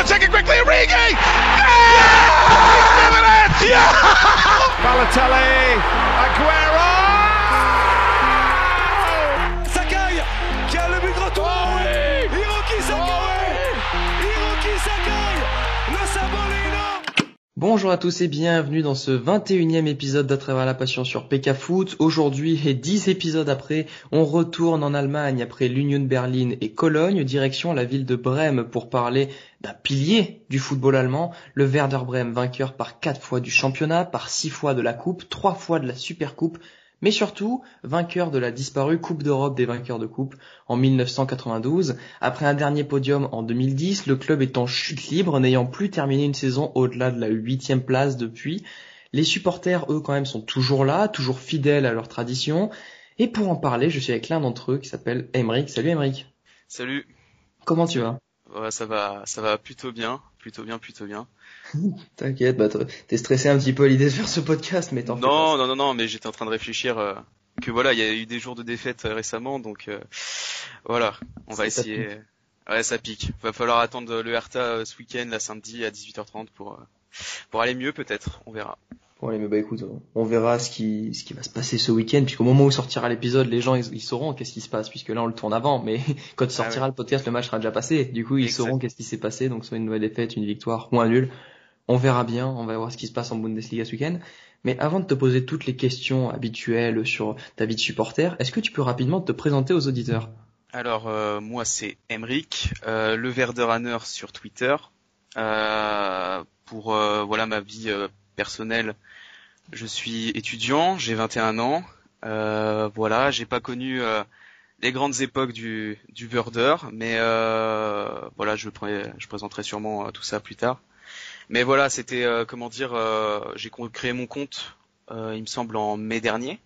take it quickly, Origi! Yeah! He's doing it! Yeah! Balotelli, Aguero! Sakai qui a le but de retour. Oh oui! Hiroki Sakai! Hiroki Sakai! Le Sabolino! Bonjour à tous et bienvenue dans ce 21e épisode d'À travers la passion sur PK Foot. Aujourd'hui, et 10 épisodes après, on retourne en Allemagne après l'Union Berlin et Cologne, direction la ville de Brême pour parler d'un pilier du football allemand, le Werder Brême, vainqueur par 4 fois du championnat, par 6 fois de la coupe, 3 fois de la Supercoupe, mais surtout vainqueur de la disparue Coupe d'Europe des vainqueurs de coupe en 1992. Après un dernier podium en 2010, le club est en chute libre, n'ayant plus terminé une saison au-delà de la 8e place depuis. Les supporters, eux, quand même, sont toujours là, toujours fidèles à leur tradition. Et pour en parler, je suis avec l'un d'entre eux qui s'appelle Aymeric. Salut Aymeric. Salut. Comment tu vas? Ouais, ça va plutôt bien. T'inquiète, t'es stressé un petit peu à l'idée de faire ce podcast, mais t'en fais pas. Non, mais j'étais en train de réfléchir que voilà, il y a eu des jours de défaite récemment, donc voilà, on va essayer. Ouais, ça pique. Va falloir attendre le Hertha ce week-end, la samedi à 18h30 pour aller mieux peut-être, on verra. Bon, allez, mais écoute, on verra ce qui va se passer ce week-end, puisqu'au moment où sortira l'épisode, les gens ils sauront qu'est-ce qui se passe, puisque là on le tourne avant, mais quand sortira le podcast, le match sera déjà passé. Du coup, ils sauront qu'est-ce qui s'est passé, donc soit une nouvelle défaite, une victoire ou un nul. On verra bien, on va voir ce qui se passe en Bundesliga ce week-end. Mais avant de te poser toutes les questions habituelles sur ta vie de supporter, est-ce que tu peux rapidement te présenter aux auditeurs? Alors moi c'est Aymeric, le Werderaner sur Twitter. Pour voilà ma vie personnelle, je suis étudiant, j'ai 21 ans. Voilà, j'ai pas connu les grandes époques du Werder, mais voilà, je présenterai sûrement tout ça plus tard. Mais voilà, c'était j'ai créé mon compte, il me semble en mai dernier.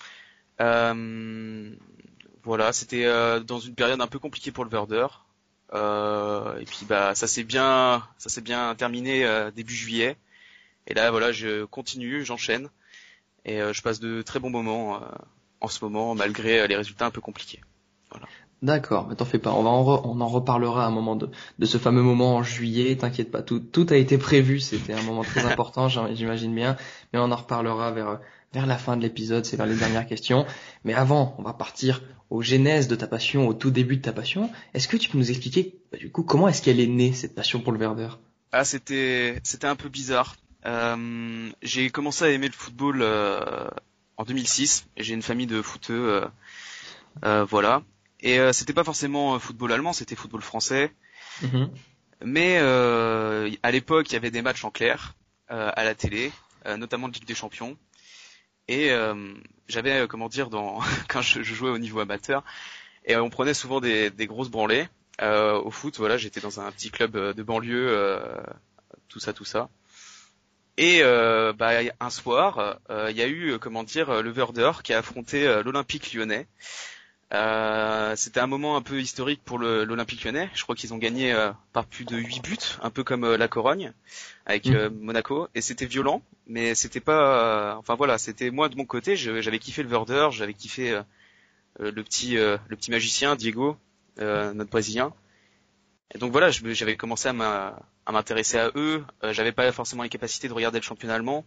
Voilà, c'était dans une période un peu compliquée pour le Werder. Et puis ça s'est bien terminé début juillet. Et là voilà, je continue, j'enchaîne et je passe de très bons moments en ce moment malgré les résultats un peu compliqués. Voilà. D'accord, mais t'en fais pas. On en reparlera à un moment de ce fameux moment en juillet. T'inquiète pas, tout a été prévu. C'était un moment très important, j'imagine bien. Mais on en reparlera vers la fin de l'épisode. C'est vers les dernières questions. Mais avant, on va partir aux genèses de ta passion, au tout début de ta passion. Est-ce que tu peux nous expliquer, du coup, comment est-ce qu'elle est née cette passion pour le Werder? Ah, c'était un peu bizarre. J'ai commencé à aimer le football en 2006. Et j'ai une famille de footeux, voilà. Et c'était pas forcément football allemand, c'était football français. Mm-hmm. Mais à l'époque, il y avait des matchs en clair à la télé, notamment de Ligue des Champions. Et j'avais quand je jouais au niveau amateur, et on prenait souvent des grosses branlées au foot. Voilà, j'étais dans un petit club de banlieue, tout ça. Et un soir, il y a eu le Werder qui a affronté l'Olympique Lyonnais. C'était un moment un peu historique pour l'Olympique Lyonnais. Je crois qu'ils ont gagné par plus de 8 buts, un peu comme la Corogne avec Monaco. Et c'était violent, mais c'était pas. C'était moi de mon côté. J'avais kiffé le Werder, j'avais kiffé le petit magicien Diego, notre Brésilien. Et donc voilà, j'avais commencé à m'intéresser à eux. J'avais pas forcément les capacités de regarder le championnat allemand.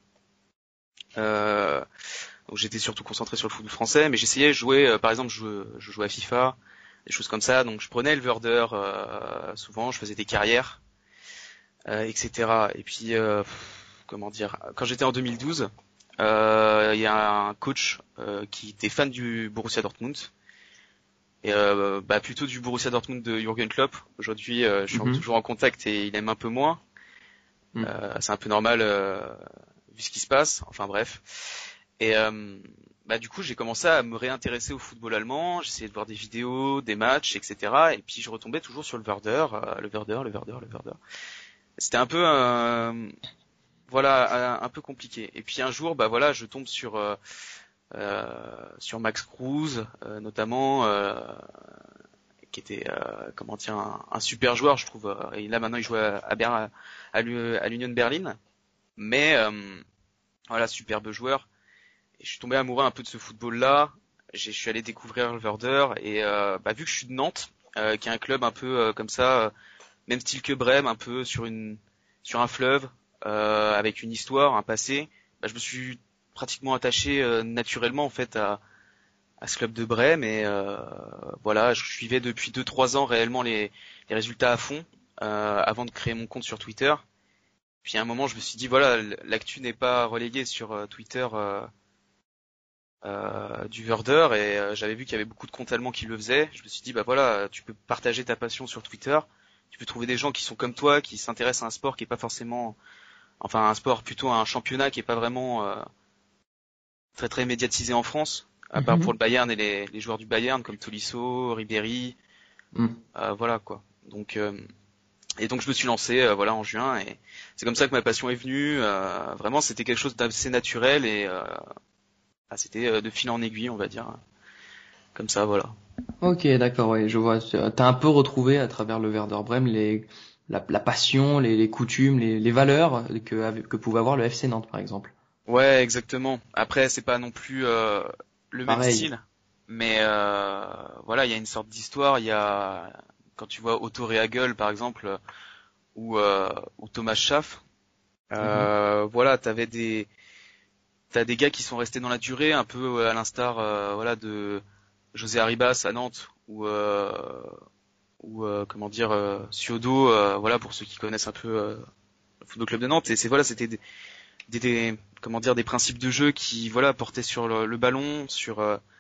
Donc j'étais surtout concentré sur le football français, mais j'essayais de jouer, par exemple, je jouais à FIFA, des choses comme ça. Donc je prenais le Werder souvent, je faisais des carrières, etc. Et puis quand j'étais en 2012, il y a un coach qui était fan du Borussia Dortmund, et plutôt du Borussia Dortmund de Jürgen Klopp. Aujourd'hui, je suis toujours en contact et il aime un peu moins. C'est un peu normal vu ce qui se passe. Enfin bref. Et du coup, j'ai commencé à me réintéresser au football allemand. J'essayais de voir des vidéos, des matchs, etc. Et puis je retombais toujours sur le Werder. C'était un peu, un peu compliqué. Et puis un jour, je tombe sur Max Kruse, notamment, qui était, un super joueur, je trouve. Et là maintenant, il joue à l'Union Berlin. Mais superbe joueur. Et je suis tombé amoureux un peu de ce football-là. Je suis allé découvrir le Werder et vu que je suis de Nantes, qui est un club un peu comme ça, même style que Brême, un peu sur un fleuve, avec une histoire, un passé. Bah, je me suis pratiquement attaché naturellement en fait à ce club de Brême et voilà, je suivais depuis 2-3 ans réellement les résultats à fond avant de créer mon compte sur Twitter. Puis à un moment, je me suis dit voilà, l'actu n'est pas reléguée sur Twitter du Werder et j'avais vu qu'il y avait beaucoup de comptes allemands qui le faisaient. Je me suis dit bah voilà, tu peux partager ta passion sur Twitter. Tu peux trouver des gens qui sont comme toi, qui s'intéressent à un sport qui est pas forcément, enfin un sport plutôt un championnat qui est pas vraiment très très médiatisé en France, à part pour le Bayern et les joueurs du Bayern comme Tolisso, Ribéry, voilà quoi. Donc et donc je me suis lancé voilà en juin et c'est comme ça que ma passion est venue. Vraiment c'était quelque chose d'assez naturel et c'était de fil en aiguille on va dire, comme ça voilà. Ok, d'accord, ouais, je vois. T'as un peu retrouvé à travers le Werder Brême la passion, les coutumes, les valeurs que pouvait avoir le FC Nantes par exemple. Ouais, exactement. Après, c'est pas non plus le même style, mais voilà, il y a une sorte d'histoire. Il y a quand tu vois Otto Rehhagel par exemple ou Thomas Schaaf, voilà, t'as des gars qui sont restés dans la durée, un peu à l'instar voilà de José Arribas à Nantes ou comment dire Ciodo, voilà pour ceux qui connaissent un peu le football club de Nantes. Et c'était des comment dire des principes de jeu qui voilà portaient sur le ballon, sur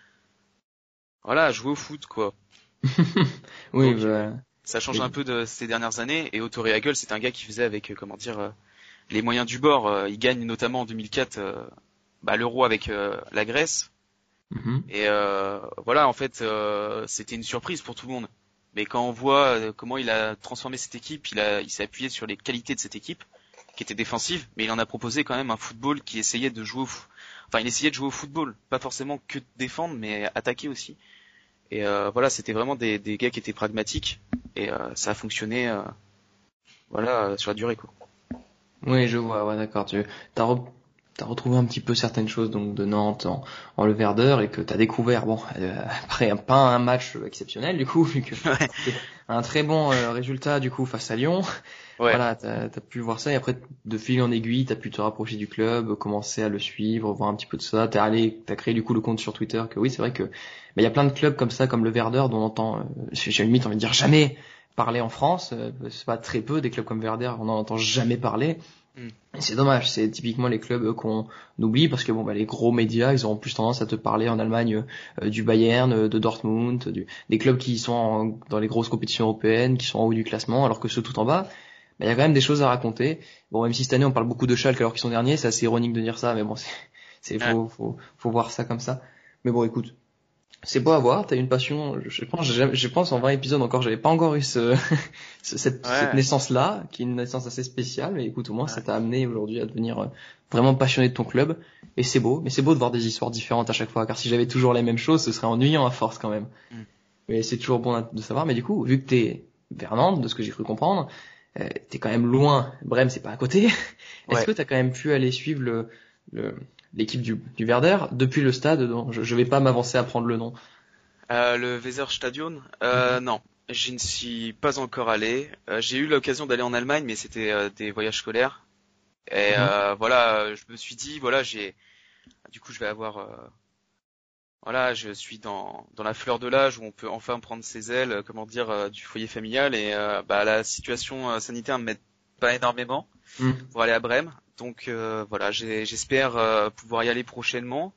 voilà jouer au foot quoi. Oui, donc, ça change un peu de ces dernières années. Et Otto Rehhagel, c'est un gars qui faisait avec comment dire les moyens du bord. Il gagne notamment en 2004 l'Euro avec la Grèce. Et voilà en fait c'était une surprise pour tout le monde. Mais quand on voit comment il a transformé cette équipe, il s'est appuyé sur les qualités de cette équipe qui était défensive, mais il en a proposé quand même un football qui essayait de jouer il essayait de jouer au football, pas forcément que de défendre, mais attaquer aussi. Et voilà, c'était vraiment des gars qui étaient pragmatiques, et ça a fonctionné, voilà, sur la durée, quoi. Oui, je vois, ouais, d'accord. T'as retrouvé un petit peu certaines choses donc de Nantes en le Werder et que t'as découvert, bon, après pas un match exceptionnel du coup, vu que Ouais. un très bon résultat du coup face à Lyon. Ouais. Voilà, t'as pu voir ça et après de fil en aiguille, t'as pu te rapprocher du club, commencer à le suivre, voir un petit peu de ça. T'as créé du coup le compte sur Twitter. Que oui, c'est vrai que, il y a plein de clubs comme ça, comme le Werder, dont on entend, j'ai une limite envie de dire jamais parler en France. C'est pas très peu des clubs comme Werder, on n'en entend jamais parler. Et c'est dommage, c'est typiquement les clubs qu'on oublie parce que bon, les gros médias, ils auront plus tendance à te parler en Allemagne du Bayern, de Dortmund, des clubs qui sont dans les grosses compétitions européennes, qui sont en haut du classement, alors que ceux tout en bas, il y a quand même des choses à raconter. Bon, même si cette année on parle beaucoup de Schalke alors qu'ils sont derniers, c'est assez ironique de dire ça, mais bon, faut voir ça comme ça. Mais bon, écoute, c'est beau à voir, t'as une passion, je pense en 20 épisodes encore, j'avais pas encore eu cette naissance-là, qui est une naissance assez spéciale, mais écoute, au moins ça t'a amené aujourd'hui à devenir vraiment passionné de ton club, et c'est beau, mais c'est beau de voir des histoires différentes à chaque fois, car si j'avais toujours les mêmes choses, ce serait ennuyant à force quand même. Mais c'est toujours bon de savoir, mais du coup, vu que t'es vers Nantes, de ce que j'ai cru comprendre, t'es quand même loin, Brême c'est pas à côté, est-ce que t'as quand même pu aller suivre l'équipe du Werder depuis le stade dont je vais pas m'avancer à prendre le nom. Le Weserstadion, non, je ne suis pas encore allé. J'ai eu l'occasion d'aller en Allemagne, mais c'était des voyages scolaires. Et voilà, je me suis dit, voilà, du coup, je vais avoir, voilà, je suis dans la fleur de l'âge où on peut enfin prendre ses ailes, comment dire, du foyer familial. Et la situation sanitaire ne m'aide pas énormément pour aller à Brême. Donc voilà, j'espère pouvoir y aller prochainement.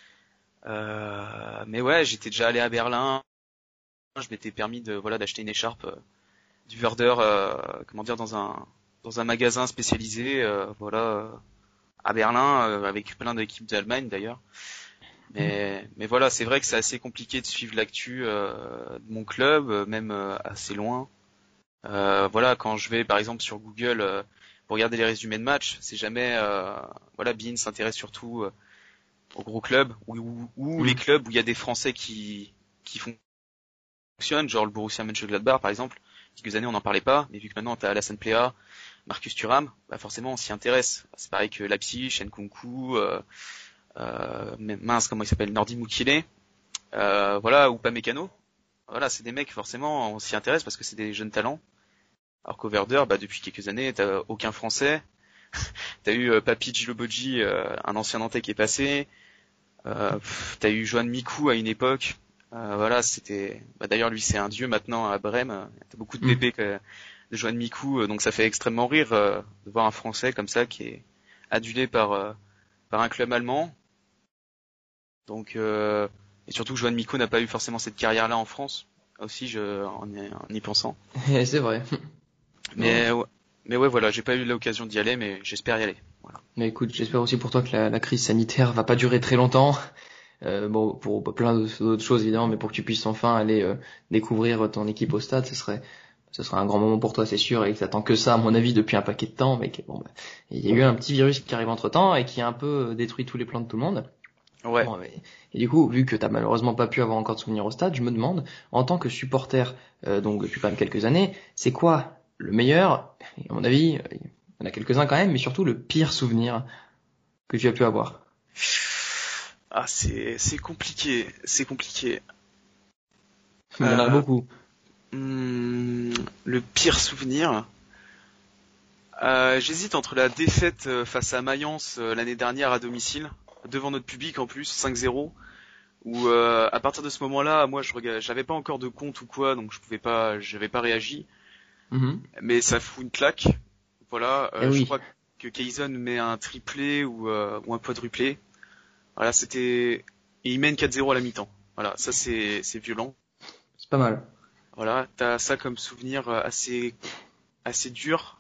Mais ouais, j'étais déjà allé à Berlin. Je m'étais permis d'acheter une écharpe du Werder, comment dire, dans un magasin spécialisé, à Berlin, avec plein d'équipes d'Allemagne d'ailleurs. Mais voilà, c'est vrai que c'est assez compliqué de suivre l'actu de mon club, même assez loin. Voilà, quand je vais par exemple sur Google pour regarder les résumés de match, c'est jamais beIN s'intéresse surtout aux gros clubs ou les clubs où il y a des Français qui fonctionnent, genre le Borussia Mönchengladbach par exemple. Il y a quelques années on n'en parlait pas, mais vu que maintenant t'as Alassane Plea, Marcus Thuram, forcément on s'y intéresse. C'est pareil que Leipzig, Nkunku, comment il s'appelle, Nordi Mukile, ou Upamecano. Voilà, c'est des mecs forcément on s'y intéresse parce que c'est des jeunes talents. Alors qu'au Werder, depuis quelques années, t'as aucun Français. T'as eu Papy Djilobodji, un ancien Nantais qui est passé. T'as eu Johan Mikou à une époque. Voilà, c'était. D'ailleurs, lui, c'est un dieu maintenant à Brême. T'as beaucoup de pépés de Johan Mikou, donc ça fait extrêmement rire de voir un Français comme ça qui est adulé par un club allemand. Donc et surtout que Johan Mikou n'a pas eu forcément cette carrière-là en France aussi, en y pensant. C'est vrai. Mais ouais, voilà, j'ai pas eu l'occasion d'y aller, mais j'espère y aller. Voilà. Mais écoute, j'espère aussi pour toi que la crise sanitaire va pas durer très longtemps. Pour plein d'autres choses évidemment, mais pour que tu puisses enfin aller découvrir ton équipe au stade, ce serait un grand moment pour toi, c'est sûr, et que t'attends que ça, à mon avis, depuis un paquet de temps. Mais il y a eu un petit virus qui arrive entre temps et qui a un peu détruit tous les plans de tout le monde. Ouais. Et du coup, vu que t'as malheureusement pas pu avoir encore de souvenirs au stade, je me demande, en tant que supporter, donc depuis quand même quelques années, c'est quoi le meilleur, et à mon avis, il y en a quelques-uns quand même, mais surtout le pire souvenir que tu as pu avoir? Ah, c'est compliqué. Il y en a beaucoup. Le pire souvenir. J'hésite entre la défaite face à Mayence l'année dernière à domicile, devant notre public en plus, 5-0, où à partir de ce moment-là, moi j'avais pas encore de compte ou quoi, donc j'avais pas réagi. Mais ça fout une claque. Voilà, je crois que Kayson met un triplé ou un quadruplé. Voilà, et il mène 4-0 à la mi-temps. Voilà, ça c'est violent. C'est pas mal. Voilà, t'as ça comme souvenir assez dur.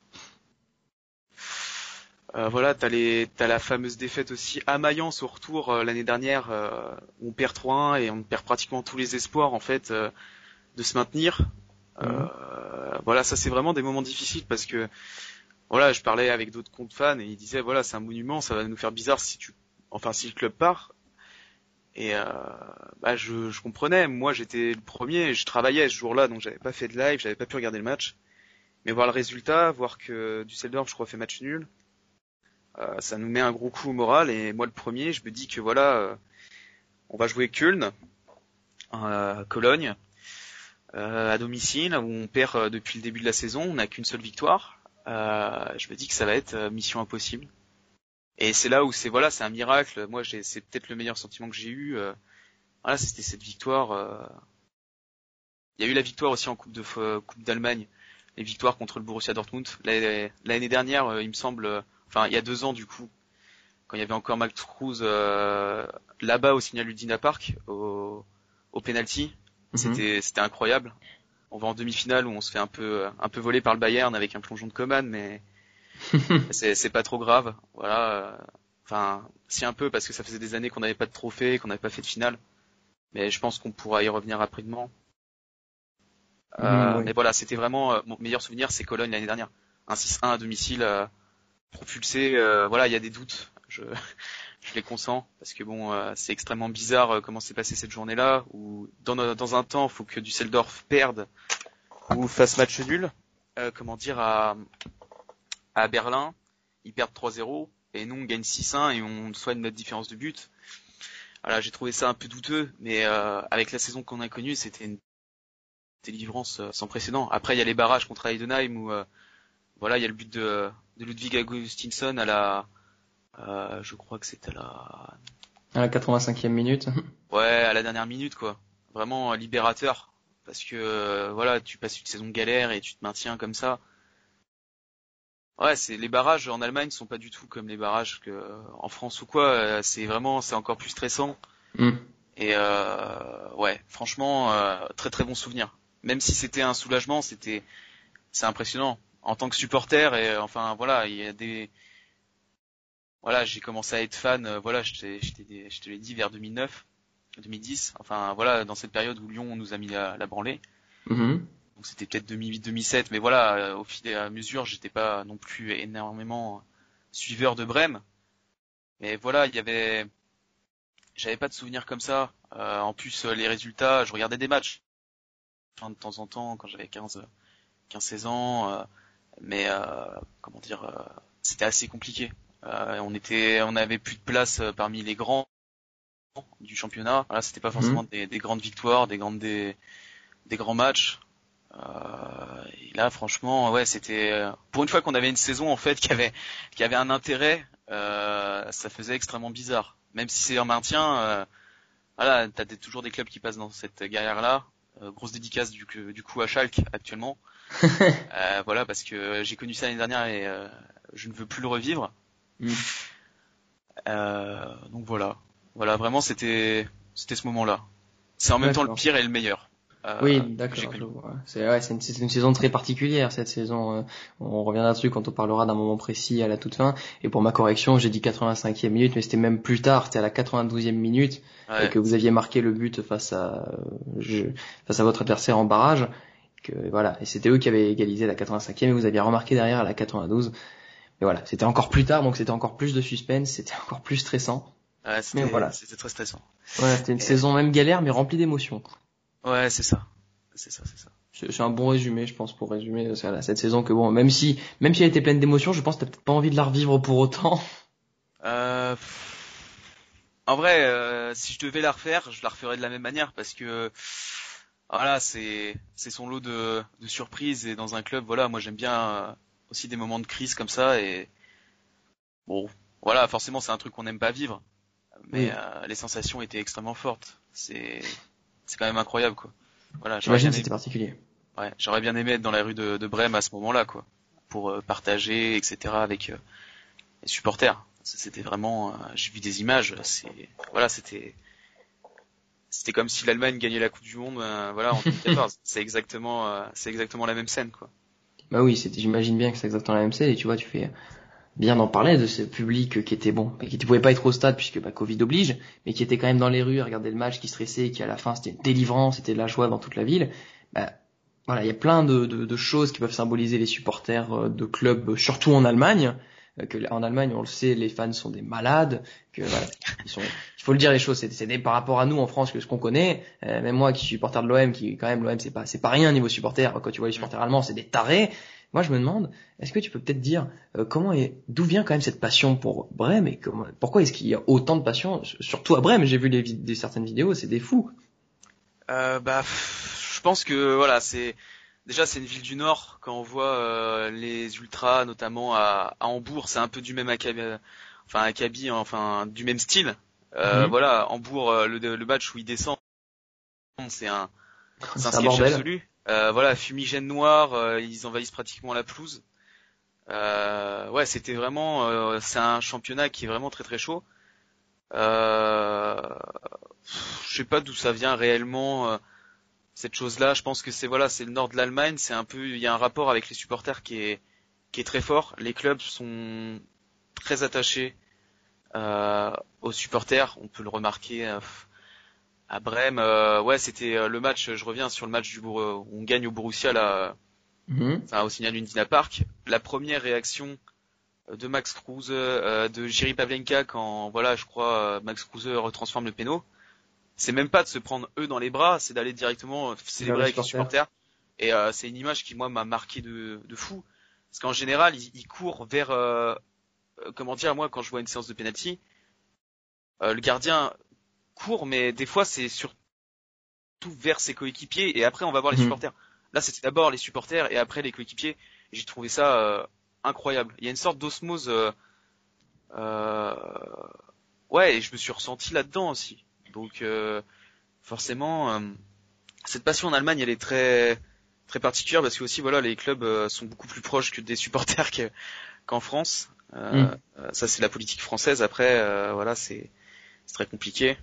Voilà, t'as la fameuse défaite aussi à Mayence au retour l'année dernière où on perd 3-1 et on perd pratiquement tous les espoirs en fait de se maintenir. Voilà, ça c'est vraiment des moments difficiles parce que voilà, je parlais avec d'autres comptes fans et ils disaient voilà, c'est un monument, ça va nous faire bizarre si le club part. Et je comprenais, moi j'étais le premier, je travaillais ce jour-là donc j'avais pas fait de live, j'avais pas pu regarder le match. Mais voir le résultat, voir que Düsseldorf je crois fait match nul, ça nous met un gros coup au moral et moi le premier, je me dis que voilà, on va jouer Köln, Cologne, à domicile où on perd depuis le début de la saison, on n'a qu'une seule victoire. Je me dis que ça va être mission impossible. Et c'est là où c'est un miracle. Moi c'est peut-être le meilleur sentiment que j'ai eu. Voilà, c'était cette victoire. Il y a eu la victoire aussi en Coupe d'Allemagne, les victoires contre le Borussia Dortmund. L'année dernière, il me semble, il y a 2 ans du coup, quand il y avait encore Max Kruse là-bas au Signal Iduna Park, au penalty. C'était incroyable. On va en demi-finale où on se fait un peu voler par le Bayern avec un plongeon de Coman, mais c'est pas trop grave. Voilà. Si un peu parce que ça faisait des années qu'on n'avait pas de trophée, qu'on n'avait pas fait de finale. Mais je pense qu'on pourra y revenir rapidement. Mais voilà, c'était vraiment mon meilleur souvenir, c'est Cologne l'année dernière. Un 6-1 à domicile, propulsé. Voilà, il y a des doutes. Je les consens parce que c'est extrêmement bizarre comment s'est passé cette journée-là où dans un temps, faut que Düsseldorf perde ou fasse match nul. À Berlin, ils perdent 3-0 et nous on gagne 6-1 et on soigne notre différence de but. Voilà, j'ai trouvé ça un peu douteux, mais avec la saison qu'on a connue, c'était une délivrance sans précédent. Après, il y a les barrages contre Heidenheim où il y a le but de Ludwig Augustinsson je crois que c'était à la 85e minute. Ouais, à la dernière minute quoi. Vraiment libérateur parce que tu passes une saison de galère et tu te maintiens comme ça. Ouais, les barrages en Allemagne sont pas du tout comme les barrages en France ou quoi. C'est encore plus stressant. Et franchement, très très bon souvenir. Même si c'était un soulagement, c'est impressionnant. En tant que supporter il y a j'ai commencé à être fan. Je te l'ai dit vers 2009, 2010. Dans cette période où Lyon nous a mis la branlée. Donc c'était peut-être 2008-2007, mais au fil et à mesure, j'étais pas non plus énormément suiveur de Brême. Mais j'avais pas de souvenirs comme ça. En plus, les résultats, je regardais des matchs de temps en temps quand j'avais 15-16 ans, mais c'était assez compliqué. On avait plus de place parmi les grands du championnat. Voilà, c'était pas forcément des grandes victoires, des grands matchs. Et là, franchement, ouais, c'était pour une fois qu'on avait une saison en fait qui avait un intérêt. Ça faisait extrêmement bizarre. Même si c'est un maintien, voilà, toujours des clubs qui passent dans cette galère-là. Grosse dédicace du coup à Schalke actuellement. Voilà, parce que j'ai connu ça l'année dernière et je ne veux plus le revivre. Donc voilà, vraiment c'était ce moment-là. C'est en même temps le pire et le meilleur. Oui, d'accord. C'est une saison très particulière cette saison. On reviendra dessus quand on parlera d'un moment précis à la toute fin. Et pour ma correction, j'ai dit 85e minute, mais c'était même plus tard. C'était à la 92e minute que vous aviez marqué le but face à votre adversaire en barrage. Voilà, et c'était eux qui avaient égalisé à la 85e et vous aviez remarqué derrière à la 92. Mais voilà, c'était encore plus tard, donc c'était encore plus de suspense, c'était encore plus stressant. Ouais, c'était très stressant. Ouais, c'était une saison même galère, mais remplie d'émotions. Ouais, c'est ça. C'est un bon résumé, je pense, pour résumer cette saison que bon, même si elle était pleine d'émotions, je pense que t'as peut-être pas envie de la revivre pour autant. En vrai, si je devais la refaire, je la referais de la même manière parce que voilà, c'est son lot de surprises et dans un club, voilà, moi j'aime bien aussi des moments de crise comme ça et bon, voilà, forcément c'est un truc qu'on n'aime pas vivre, mais les sensations étaient extrêmement fortes. C'est quand même incroyable, quoi. Voilà, j'imagine que c'était particulier. Ouais, j'aurais bien aimé être dans la rue de Brême à ce moment-là, quoi, pour partager, etc. avec les supporters. C'était vraiment, j'ai vu des images. C'était comme si l'Allemagne gagnait la Coupe du Monde, voilà, en 2014. c'est exactement la même scène, quoi. Bah oui, j'imagine bien que c'est exactement la même scène et tu vois, tu fais bien d'en parler de ce public qui était bon, qui ne pouvait pas être au stade puisque Covid oblige, mais qui était quand même dans les rues à regarder le match, qui stressait, qui à la fin c'était une délivrance, c'était de la joie dans toute la ville. Voilà, il y a plein de choses qui peuvent symboliser les supporters de clubs, surtout en Allemagne. En Allemagne, on le sait, les fans sont des malades, que voilà, il faut le dire les choses, c'est par rapport à nous en France que ce qu'on connaît, même moi qui suis supporter de l'OM, qui quand même l'OM c'est pas rien niveau supporter, quand tu vois les supporters allemands, c'est des tarés. Moi, je me demande, est-ce que tu peux peut-être dire d'où vient quand même cette passion pour Brême et pourquoi est-ce qu'il y a autant de passion, surtout à Brême? J'ai vu certaines vidéos, c'est des fous. Je pense que voilà, c'est une ville du Nord. Quand on voit les ultras, notamment à Hambourg, c'est un peu du même acabit, du même style. Voilà, Hambourg, le match où il descend, c'est un sketch absolu. Voilà, fumigène noir, ils envahissent pratiquement la pelouse. Ouais, c'était vraiment, c'est un championnat qui est vraiment très très chaud. Je sais pas d'où ça vient réellement cette chose-là. Je pense que c'est le nord de l'Allemagne. C'est un peu, il y a un rapport avec les supporters qui est très fort. Les clubs sont très attachés aux supporters. On peut le remarquer. À Brême, c'était le match. Je reviens sur le match où on gagne au Borussia là, au Signal Iduna Park. La première réaction de Max Kruse, de Jiří Pavlenka quand je crois Max Kruse retransforme le péno. C'est même pas de se prendre eux dans les bras, c'est d'aller directement célébrer avec les supporters. Et c'est une image qui moi m'a marqué de fou, parce qu'en général ils courent vers moi quand je vois une séance de penalty, le gardien court, mais des fois c'est surtout vers ses coéquipiers et après on va voir les supporters. Là c'était d'abord les supporters et après les coéquipiers. Et j'ai trouvé ça incroyable. Il y a une sorte d'osmose, et je me suis ressenti là-dedans aussi. Donc forcément, cette passion en Allemagne, elle est très très particulière parce que aussi les clubs sont beaucoup plus proches que des supporters qu'en France. Ça c'est la politique française. Après c'est très compliqué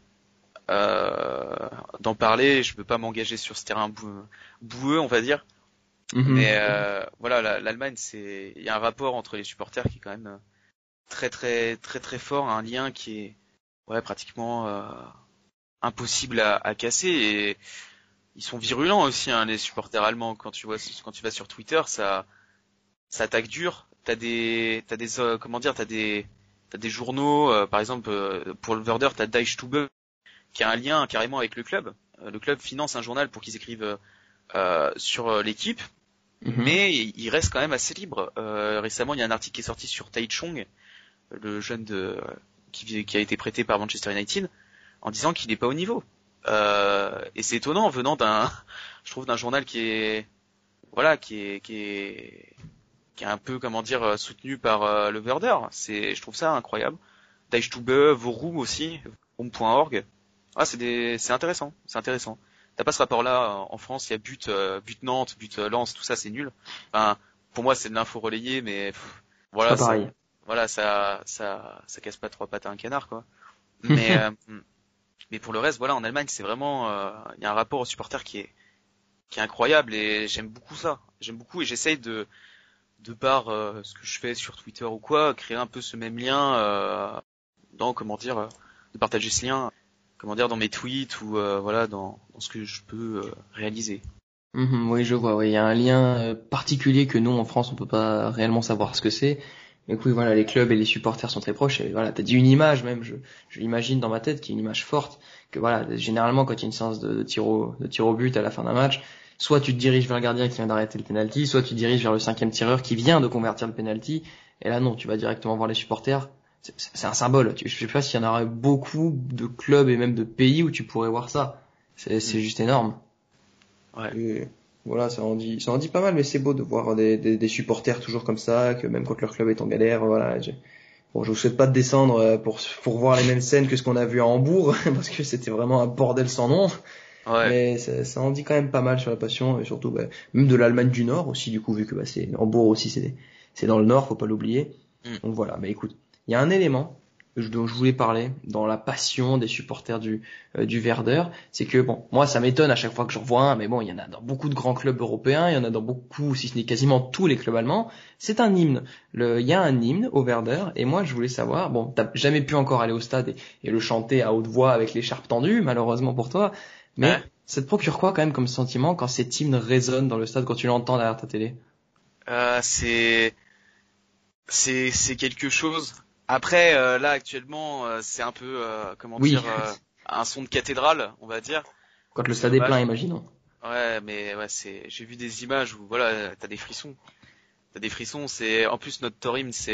d'en parler. Je peux pas m'engager sur ce terrain boueux, on va dire. Mais l'Allemagne, il y a un rapport entre les supporters qui est quand même très très très très fort, un lien qui est pratiquement impossible à casser. Et ils sont virulents aussi, les supporters allemands. Quand tu vas sur Twitter, ça attaque dur. T'as des journaux, par exemple pour le Werder, t'as Die Stube qui a un lien carrément avec le club. Le club finance un journal pour qu'ils écrivent sur l'équipe, mais il reste quand même assez libre. Récemment, il y a un article qui est sorti sur Taichung, le jeune qui a été prêté par Manchester United, en disant qu'il n'est pas au niveau. Et c'est étonnant venant d'un journal qui est voilà, qui est un peu, comment dire, soutenu par le Werder. Je trouve ça incroyable. Deichtube, Vorum aussi, vorum.org. Ah, c'est intéressant, c'est intéressant. T'as pas ce rapport-là en France, il y a but Nantes, but Lens, tout ça, c'est nul. Enfin, pour moi, c'est de l'info relayée, mais voilà, C'est pas pareil. voilà, ça casse pas trois pattes à un canard, quoi. Mais mais pour le reste, voilà, en Allemagne, c'est vraiment, il y a un rapport aux supporters qui est incroyable et j'aime beaucoup ça. J'aime beaucoup et j'essaye de par ce que je fais sur Twitter ou quoi, créer un peu ce même lien comment dire, de partager ce lien, comment dire, dans mes tweets ou voilà, dans ce que je peux réaliser. Oui, je vois. Oui, il y a un lien particulier que nous en France on peut pas réellement savoir ce que c'est. Mais oui, voilà, les clubs et les supporters sont très proches. Et voilà, t'as dit une image même. Je l'imagine dans ma tête, qui est une image forte. Que voilà, généralement quand il y a une séance de tir au but à la fin d'un match, soit tu te diriges vers le gardien qui vient d'arrêter le penalty, soit tu te diriges vers le 5e tireur qui vient de convertir le penalty. Et là non, tu vas directement voir les supporters. C'est un symbole. Je sais pas s'il y en aurait beaucoup de clubs et même de pays où tu pourrais voir ça. C'est juste énorme. Ouais. Et voilà, ça en dit pas mal, mais c'est beau de voir des supporters toujours comme ça, que même quand leur club est en galère, voilà. Bon, je vous souhaite pas de descendre pour voir les mêmes scènes que ce qu'on a vu à Hambourg, parce que c'était vraiment un bordel sans nom. Ouais. Mais ça en dit quand même pas mal sur la passion, et surtout même de l'Allemagne du Nord aussi, du coup, vu que c'est Hambourg aussi, c'est dans le Nord, faut pas l'oublier. Donc voilà, mais écoute, il y a un élément dont je voulais parler dans la passion des supporters du Werder, c'est que bon, moi ça m'étonne à chaque fois que j'en vois un, mais bon, il y en a dans beaucoup de grands clubs européens, il y en a dans beaucoup, si ce n'est quasiment tous les clubs allemands. C'est un hymne. Il y a un hymne au Werder, et moi je voulais savoir, bon, t'as jamais pu encore aller au stade et le chanter à haute voix avec l'écharpe tendue, malheureusement pour toi, mais Ouais. ça te procure quoi quand même comme sentiment quand cet hymne résonne dans le stade, quand tu l'entends derrière ta télé? C'est quelque chose. Après, là actuellement, c'est un peu, comment Oui, dire, un son de cathédrale, on va dire. quand le C'est stade est plein, dommage. imaginons. Ouais, mais ouais, j'ai vu des images où voilà, t'as des frissons. T'as des frissons. C'est en plus notre Torim, c'est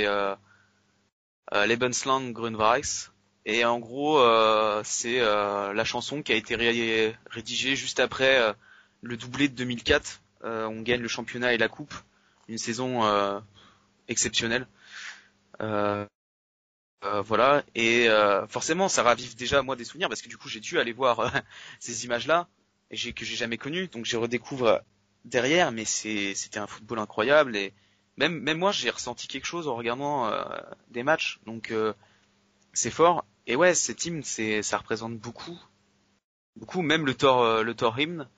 Lebenslang Grünweiß. Et en gros, c'est la chanson qui a été rédigée juste après le doublé de 2004. On gagne le championnat et la coupe, une saison exceptionnelle. Euh, voilà, et forcément ça ravive déjà moi des souvenirs parce que du coup j'ai dû aller voir ces images-là et que j'ai jamais connues, donc je redécouvre derrière, mais c'était un football incroyable et même moi j'ai ressenti quelque chose en regardant des matchs, donc c'est fort. Et ouais, cet hymne ça représente beaucoup, même le Thor hymne,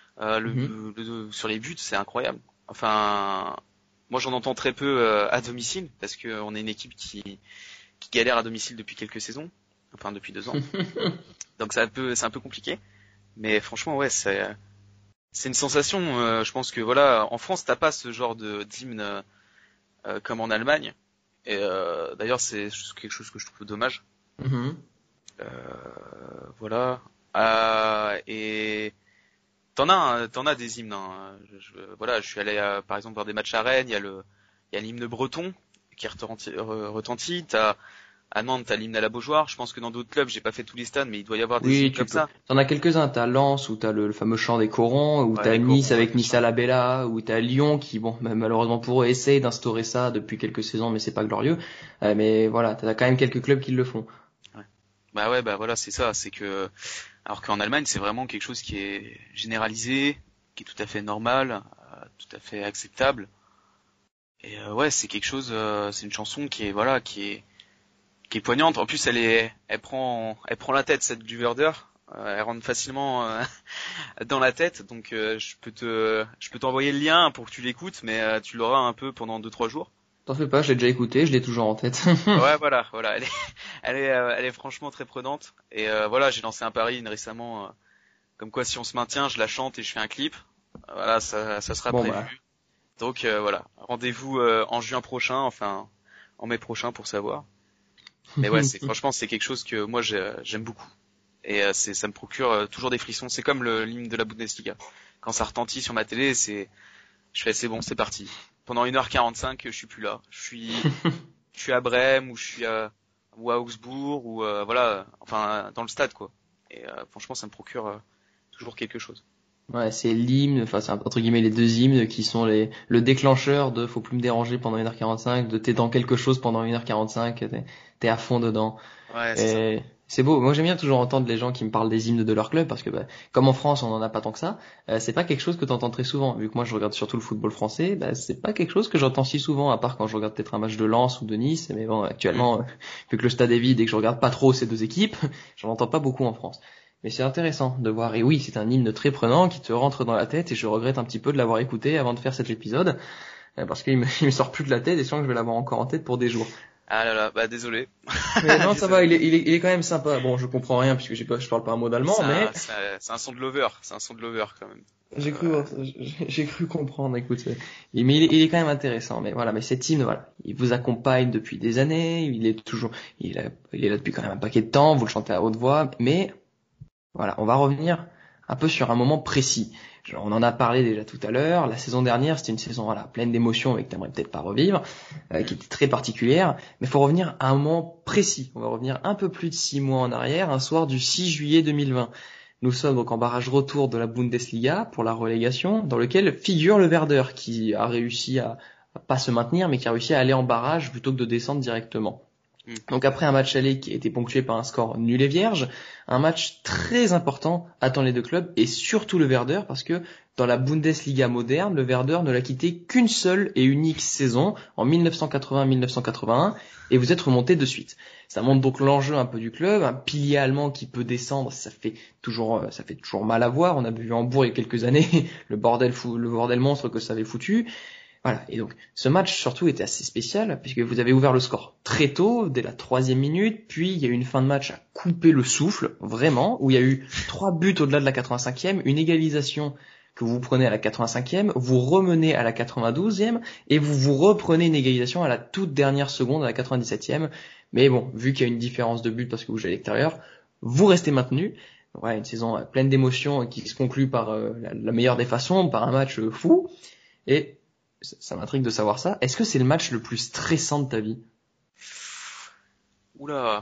sur les buts c'est incroyable. Enfin, moi j'en entends très peu à domicile parce que on est une équipe qui galère à domicile depuis quelques saisons, enfin depuis 2 ans. Donc c'est un peu compliqué. Mais franchement, ouais, c'est une sensation. Je pense que voilà, en France, t'as pas ce genre de d'hymne comme en Allemagne. Et d'ailleurs, c'est quelque chose que je trouve dommage. Mhm. Voilà. Et t'en as des hymnes. Hein. Voilà, je suis allé par exemple voir des matchs à Rennes. Il y a l'hymne breton qui retentit. À Nantes, t'as l'hymne à la Beaujoire. Je pense que dans d'autres clubs, j'ai pas fait tous les stades, mais il doit y avoir des Oui, hymnes tu comme peux. ça. T'en as quelques-uns. T'as Lens où t'as le fameux chant des corons, où Ouais, t'as les Nice corons, ouais, avec bien Nice sûr. à la Bella, où t'as Lyon qui, bon, malheureusement pour eux, essaye d'instaurer ça depuis quelques saisons, mais c'est pas glorieux. Mais voilà, t'as quand même quelques clubs qui le font. Ouais. Bah ouais, bah voilà, c'est ça. C'est que, alors qu'en Allemagne, c'est vraiment quelque chose qui est généralisé, qui est tout à fait normal, tout à fait acceptable. Et ouais, c'est quelque chose, c'est une chanson qui est, voilà, qui est poignante. En plus, elle prend la tête, cette du Werder. Elle rentre facilement dans la tête, donc je peux t'envoyer le lien pour que tu l'écoutes, mais tu l'auras un peu pendant 2-3 jours. T'en fais pas, je l'ai déjà écouté, je l'ai toujours en tête. Ouais, voilà, elle est franchement très prenante. Et voilà, j'ai lancé un pari récemment, comme quoi si on se maintient, je la chante et je fais un clip. Voilà, ça sera Bon bah, prévu. Donc voilà, rendez-vous en juin prochain, enfin en mai prochain pour savoir. Mais ouais, franchement c'est quelque chose que moi j'aime beaucoup. Et ça me procure toujours des frissons. C'est comme l'hymne de la Bundesliga. Quand ça retentit sur ma télé, je fais c'est bon, c'est parti. Pendant 1h45, je suis plus là. Je suis à Brême ou à Augsbourg ou voilà, enfin dans le stade quoi. Et franchement, ça me procure toujours quelque chose. Ouais, c'est l'hymne, enfin c'est entre guillemets les deux hymnes qui sont le déclencheur de faut plus me déranger pendant 1h45, de t'es dans quelque chose pendant 1h45, t'es à fond dedans. Ouais, c'est ça. Et c'est beau. Moi, j'aime bien toujours entendre les gens qui me parlent des hymnes de leur club parce que, comme en France, on en a pas tant que ça, c'est pas quelque chose que t'entends très souvent. Vu que moi, je regarde surtout le football français, c'est pas quelque chose que j'entends si souvent, à part quand je regarde peut-être un match de Lens ou de Nice. Mais bon, actuellement, vu que le stade est vide et que je regarde pas trop ces deux équipes, j'en entends pas beaucoup en France. Mais c'est intéressant de voir. Et oui, c'est un hymne très prenant qui te rentre dans la tête et je regrette un petit peu de l'avoir écouté avant de faire cet épisode parce qu'il il me sort plus de la tête et je sens que je vais l'avoir encore en tête pour des jours. Ah là là, bah désolé. Mais non, ça va, Désolé. il est quand même sympa. Bon, je comprends rien puisque je parle pas un mot d'allemand, mais C'est un son de lover, c'est un son de lover quand même. j'ai cru, j'ai cru comprendre. Écoute, il est quand même intéressant. Mais voilà, mais cet hymne, voilà, il vous accompagne depuis des années. Il est là depuis quand même un paquet de temps. Vous le chantez à haute voix, mais voilà, on va revenir un peu sur un moment précis. On en a parlé déjà tout à l'heure. La saison dernière, c'était une saison voilà pleine d'émotions et que t'aimerais peut-être pas revivre, qui était très particulière. Mais il faut revenir à un moment précis. On va revenir un peu plus de 6 mois en arrière, un soir du 6 juillet 2020. Nous sommes donc en barrage retour de la Bundesliga pour la relégation, dans lequel figure le Werder, qui a réussi à pas se maintenir, mais qui a réussi à aller en barrage plutôt que de descendre directement. Donc après un match aller qui a été ponctué par un score nul et vierge, un match très important attend les deux clubs et surtout le Werder parce que dans la Bundesliga moderne, le Werder ne l'a quitté qu'une seule et unique saison en 1980-1981 et vous êtes remonté de suite. Ça montre donc l'enjeu un peu du club, un pilier allemand qui peut descendre, ça fait toujours mal à voir. On a vu Hambourg il y a quelques années le bordel monstre que ça avait foutu. Voilà, et donc ce match surtout était assez spécial puisque vous avez ouvert le score très tôt, dès la 3e minute, puis il y a eu une fin de match à couper le souffle, vraiment, où il y a eu 3 buts au-delà de la 85e, une égalisation que vous prenez à la 85e, vous remenez à la 92e et vous reprenez une égalisation à la toute dernière seconde à la 97e. Mais bon, vu qu'il y a une différence de but parce que vous jouez à l'extérieur, vous restez maintenu. Ouais, une saison pleine d'émotions qui se conclut par la meilleure des façons, par un match fou. Et ça m'intrigue de savoir ça. Est-ce que c'est le match le plus stressant de ta vie? Oula.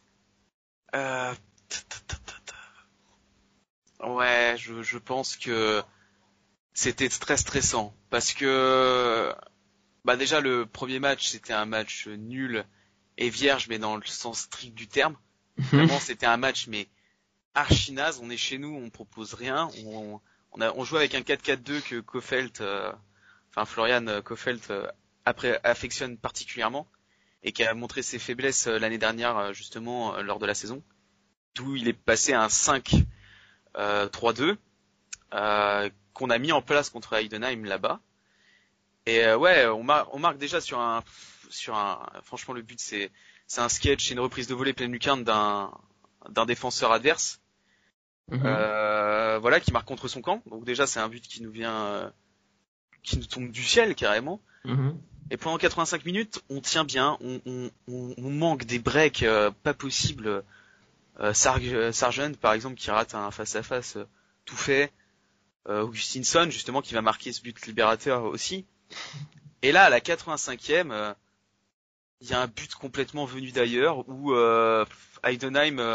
Ouais, je pense que c'était très stressant parce que bah déjà le premier match c'était un match nul et vierge mais dans le sens strict du terme. Vraiment c'était un match mais archi naze. On est chez nous, on propose rien. On joue avec un 4-4-2 que Florian Kofeld après affectionne particulièrement et qui a montré ses faiblesses l'année dernière justement lors de la saison, d'où il est passé à un 5-3-2 qu'on a mis en place contre Heidenheim là-bas. Et ouais, on marque déjà sur un franchement le but c'est un sketch, c'est une reprise de volée pleine lucarne d'un défenseur adverse. Voilà, qui marque contre son camp. Donc déjà c'est un but qui nous tombe du ciel carrément. Et pendant 85 minutes, on tient bien, on manque des breaks pas possibles. Sargent par exemple qui rate un face-à-face tout fait. Augustinsson justement qui va marquer ce but libérateur aussi. Et là à la 85e, il y a un but complètement venu d'ailleurs où Heidenheim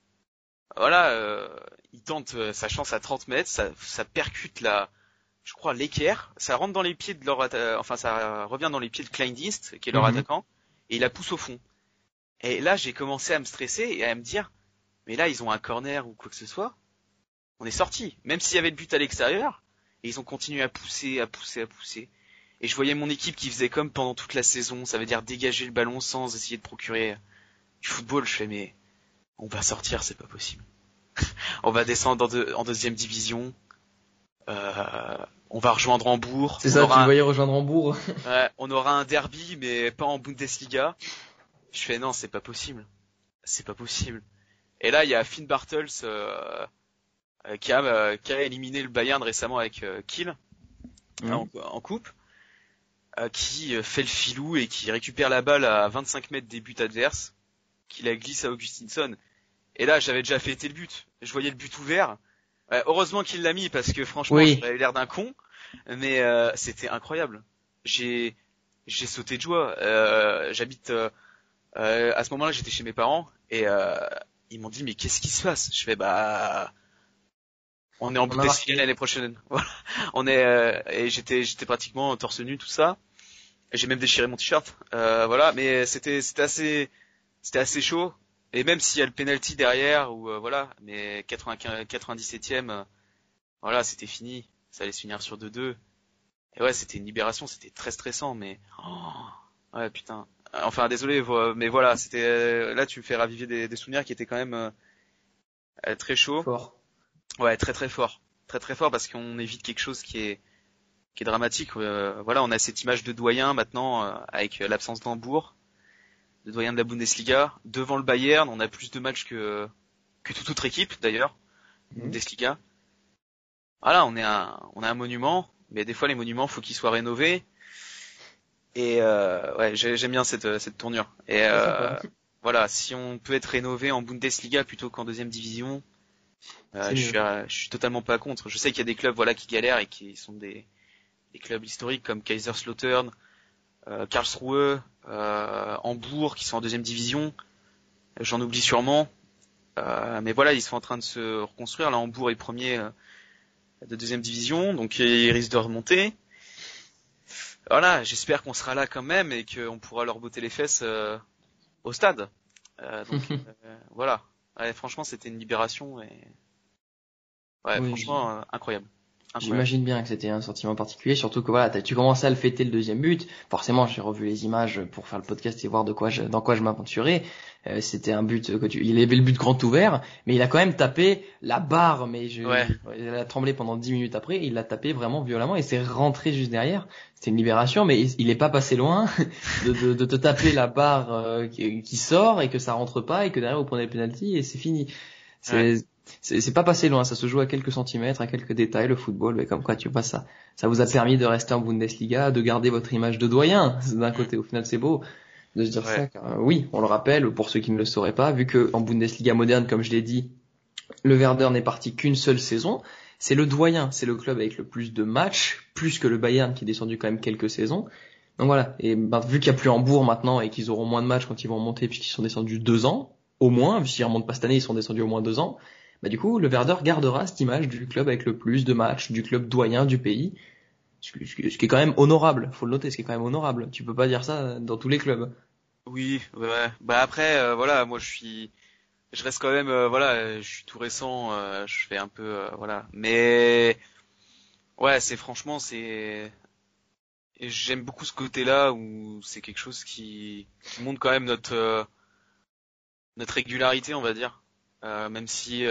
il tente sa chance à 30 mètres, ça percute je crois l'équerre, ça rentre dans les pieds de ça revient dans les pieds de Kleindienst, qui est leur attaquant, et il la pousse au fond. Et là, j'ai commencé à me stresser et à me dire, mais là, ils ont un corner ou quoi que ce soit, on est sorti. Même s'il y avait le but à l'extérieur, et ils ont continué à pousser. Et je voyais mon équipe qui faisait comme pendant toute la saison, ça veut dire dégager le ballon sans essayer de procurer du football. Je fais, mais on va sortir, c'est pas possible. On va descendre en deuxième division. On va rejoindre Hambourg. C'est ça, tu voyais rejoindre Hambourg. Ouais, on aura un derby, mais pas en Bundesliga. Je fais non, c'est pas possible. C'est pas possible. Et là, il y a Finn Bartels qui a éliminé le Bayern récemment avec Kiel en coupe, qui fait le filou et qui récupère la balle à 25 mètres des buts adverses, qui la glisse à Augustinsson. Et là, j'avais déjà fêté le but. Je voyais le but ouvert. Heureusement qu'il l'a mis parce que franchement, j'avais l'air d'un con. Mais c'était incroyable. J'ai sauté de joie. J'habite à ce moment-là, j'étais chez mes parents et ils m'ont dit mais qu'est-ce qui se passe? Je fais On est en Bundesliga l'année prochaine. Voilà. Et j'étais pratiquement torse nu, tout ça. Et j'ai même déchiré mon t-shirt. Voilà, mais c'était assez chaud. Et même s'il y a le penalty derrière, ou voilà, mais 97e, voilà, c'était fini. Ça allait se finir sur 2-2. Et ouais, c'était une libération, c'était très stressant, mais ouais, putain. Enfin, désolé, mais voilà, c'était là tu me fais raviver des souvenirs qui étaient quand même très chauds. Fort. Ouais, très très fort, très très fort parce qu'on évite quelque chose qui est dramatique. Voilà, on a cette image de doyen maintenant avec l'absence d'Hambourg, de doyen de la Bundesliga, devant le Bayern. On a plus de matchs que toute autre équipe d'ailleurs, Bundesliga. Voilà, on a un monument, mais des fois les monuments faut qu'ils soient rénovés. Et ouais, j'aime bien cette tournure. Et voilà, si on peut être rénové en Bundesliga plutôt qu'en deuxième division, je suis totalement pas contre. Je sais qu'il y a des clubs voilà qui galèrent et qui sont des clubs historiques comme Kaiserslautern, Karlsruhe, Hambourg qui sont en deuxième division. J'en oublie sûrement. Mais voilà, ils sont en train de se reconstruire. Là, Hambourg est premier de deuxième division, donc ils risquent de remonter. Voilà, j'espère qu'on sera là quand même et qu'on pourra leur botter les fesses au stade. Donc voilà. Ouais, franchement, c'était une libération et ouais, oui, franchement, incroyable. J'imagine bien que c'était un sentiment particulier, surtout que voilà, tu commençais à le fêter le deuxième but. Forcément, j'ai revu les images pour faire le podcast et voir dans quoi je m'aventurais. C'était un but il avait le but grand ouvert, mais il a quand même tapé la barre, mais il a tremblé pendant 10 minutes après, il l'a tapé vraiment violemment et c'est rentré juste derrière. C'était une libération, mais il est pas passé loin de te taper la barre qui sort et que ça rentre pas et que derrière vous prenez le penalty et c'est fini. C'est pas passé loin, ça se joue à quelques centimètres, à quelques détails, le football, mais comme quoi, tu vois, ça vous a permis de rester en Bundesliga, de garder votre image de doyen. D'un côté, au final, c'est beau de se dire ça, car oui, on le rappelle, pour ceux qui ne le sauraient pas, vu que en Bundesliga moderne, comme je l'ai dit, le Werder n'est parti qu'une seule saison, c'est le doyen, c'est le club avec le plus de matchs, plus que le Bayern qui est descendu quand même quelques saisons. Donc voilà, et vu qu'il n'y a plus Hambourg maintenant et qu'ils auront moins de matchs quand ils vont monter puisqu'ils sont descendus 2 ans, au moins, s'ils remontent pas cette année, ils sont descendus au moins 2 ans, du coup, le Werder gardera cette image du club avec le plus de matchs, du club doyen du pays, ce qui est quand même honorable, faut le noter, ce qui est quand même honorable. Tu peux pas dire ça dans tous les clubs. Oui, ouais. Bah après, voilà, moi je reste quand même, voilà, je suis tout récent, je fais un peu, voilà. Mais ouais, et j'aime beaucoup ce côté-là où c'est quelque chose qui montre quand même notre régularité, on va dire. Même si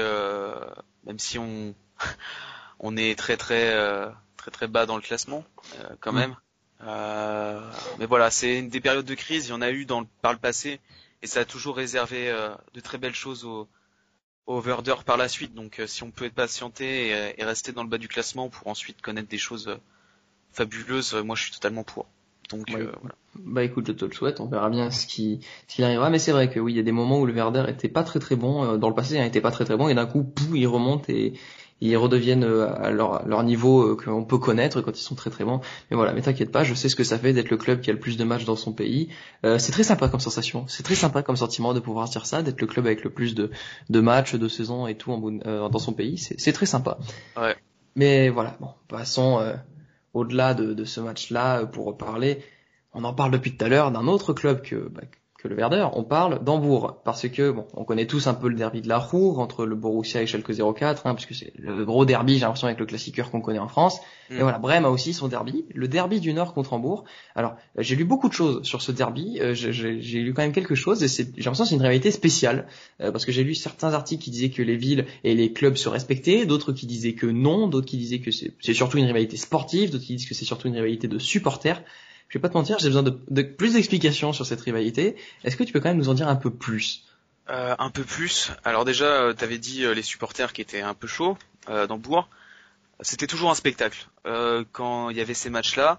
on est très très bas dans le classement quand même. Mais voilà, c'est une des périodes de crise, il y en a eu par le passé et ça a toujours réservé de très belles choses au Werder par la suite. Donc si on peut être patienté et rester dans le bas du classement pour ensuite connaître des choses fabuleuses, moi je suis totalement pour. Donc voilà. Bah écoute, je te le souhaite, on verra bien ce qui arrivera, mais c'est vrai que oui, il y a des moments où le Werder était pas très très bon, dans le passé il était pas très très bon, et d'un coup, ils remontent et ils redeviennent à leur niveau qu'on peut connaître quand ils sont très très bons. Mais voilà, mais t'inquiète pas, je sais ce que ça fait d'être le club qui a le plus de matchs dans son pays. C'est très sympa comme sensation, c'est très sympa comme sentiment de pouvoir se dire ça, d'être le club avec le plus de matchs, de saisons et tout dans son pays, c'est très sympa. Ouais. Mais voilà, bon, passons au-delà de ce match-là pour reparler. On en parle depuis tout à l'heure d'un autre club que le Werder. On parle d'Hambourg parce que bon, on connaît tous un peu le derby de la Ruhr entre le Borussia et Schalke 04, puisque c'est le gros derby, j'ai l'impression, avec le classiqueur qu'on connaît en France. Et voilà, Brême a aussi son derby, le derby du Nord contre Hambourg. Alors, j'ai lu beaucoup de choses sur ce derby. J'ai lu quand même quelque chose et j'ai l'impression que c'est une rivalité spéciale parce que j'ai lu certains articles qui disaient que les villes et les clubs se respectaient, d'autres qui disaient que non, d'autres qui disaient que c'est surtout une rivalité sportive, d'autres qui disent que c'est surtout une rivalité de supporters. Je vais pas te mentir, j'ai besoin de plus d'explications sur cette rivalité. Est-ce que tu peux quand même nous en dire un peu plus ? Un peu plus. Alors déjà, t'avais dit les supporters qui étaient un peu chauds d'Hambourg. C'était toujours un spectacle. Quand il y avait ces matchs-là,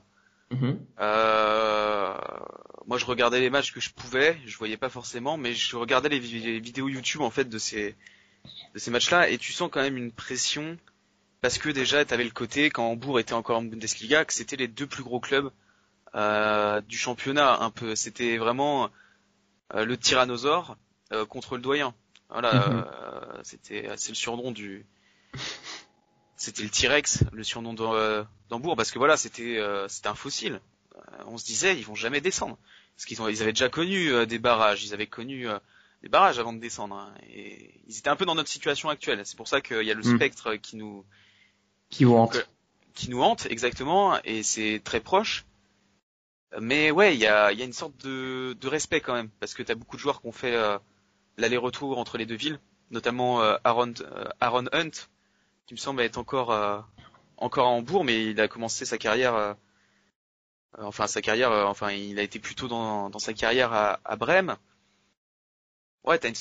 moi je regardais les matchs que je pouvais, je voyais pas forcément, mais je regardais les vidéos YouTube en fait de ces matchs-là, et tu sens quand même une pression parce que déjà t'avais le côté quand Hambourg était encore en Bundesliga que c'était les 2 plus gros clubs du championnat un peu. C'était vraiment le tyrannosaure contre le doyen. Voilà, c'est le surnom c'était le T-Rex, le surnom d'Hambourg, parce que voilà, c'était un fossile. On se disait, ils vont jamais descendre, parce ils avaient déjà connu des barrages, ils avaient connu des barrages avant de descendre, hein, et ils étaient un peu dans notre situation actuelle. C'est pour ça qu'il y a le spectre qui nous hante exactement, et c'est très proche. Mais ouais, il y a une sorte de respect quand même, parce que t'as beaucoup de joueurs qui ont fait l'aller-retour entre les deux villes, notamment Aaron Hunt, qui me semble être encore à Hambourg, mais il a commencé sa carrière, il a été plutôt dans sa carrière à Brême. Ouais, t'as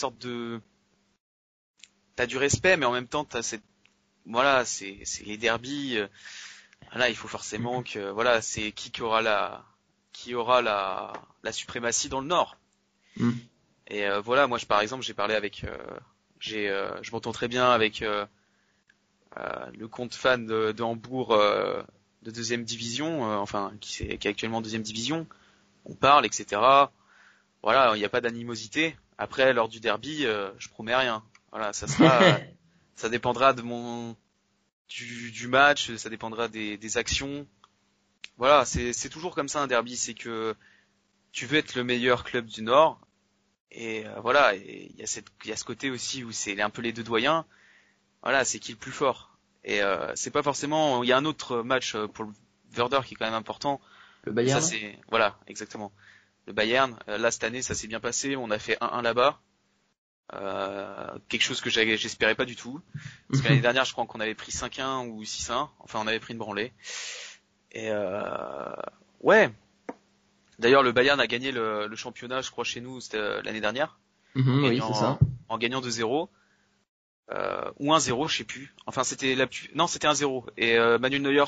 du respect, mais en même temps c'est les derbies. Là, il faut forcément que, voilà, c'est qui aura la suprématie dans le Nord. Et voilà, moi, par exemple, j'ai parlé avec, je m'entends très bien avec le compte fan de Hambourg de deuxième division, qui est actuellement en deuxième division. On parle, etc. Voilà, il n'y a pas d'animosité. Après, lors du derby, je promets rien. Voilà, ça dépendra du match, ça dépendra des actions. Voilà, c'est toujours comme ça un derby, c'est que tu veux être le meilleur club du Nord, et voilà, et il y a ce côté aussi où c'est un peu les deux doyens. Voilà, c'est qui le plus fort. Et c'est pas forcément, il y a un autre match pour le Werder qui est quand même important. Le Bayern. Ça voilà, exactement. Le Bayern, là cette année ça s'est bien passé, on a fait 1-1 là-bas. Quelque chose que j'espérais pas du tout. Parce que l'année dernière, je crois qu'on avait pris 5-1 ou 6-1. Enfin, on avait pris une branlée. Et ouais. D'ailleurs, le Bayern a gagné le championnat, je crois, chez nous, c'était l'année dernière. Oui, c'est ça. En gagnant 2-0. Ou 1-0, je sais plus. Enfin, c'était non, c'était 1-0. Et Manuel Neuer,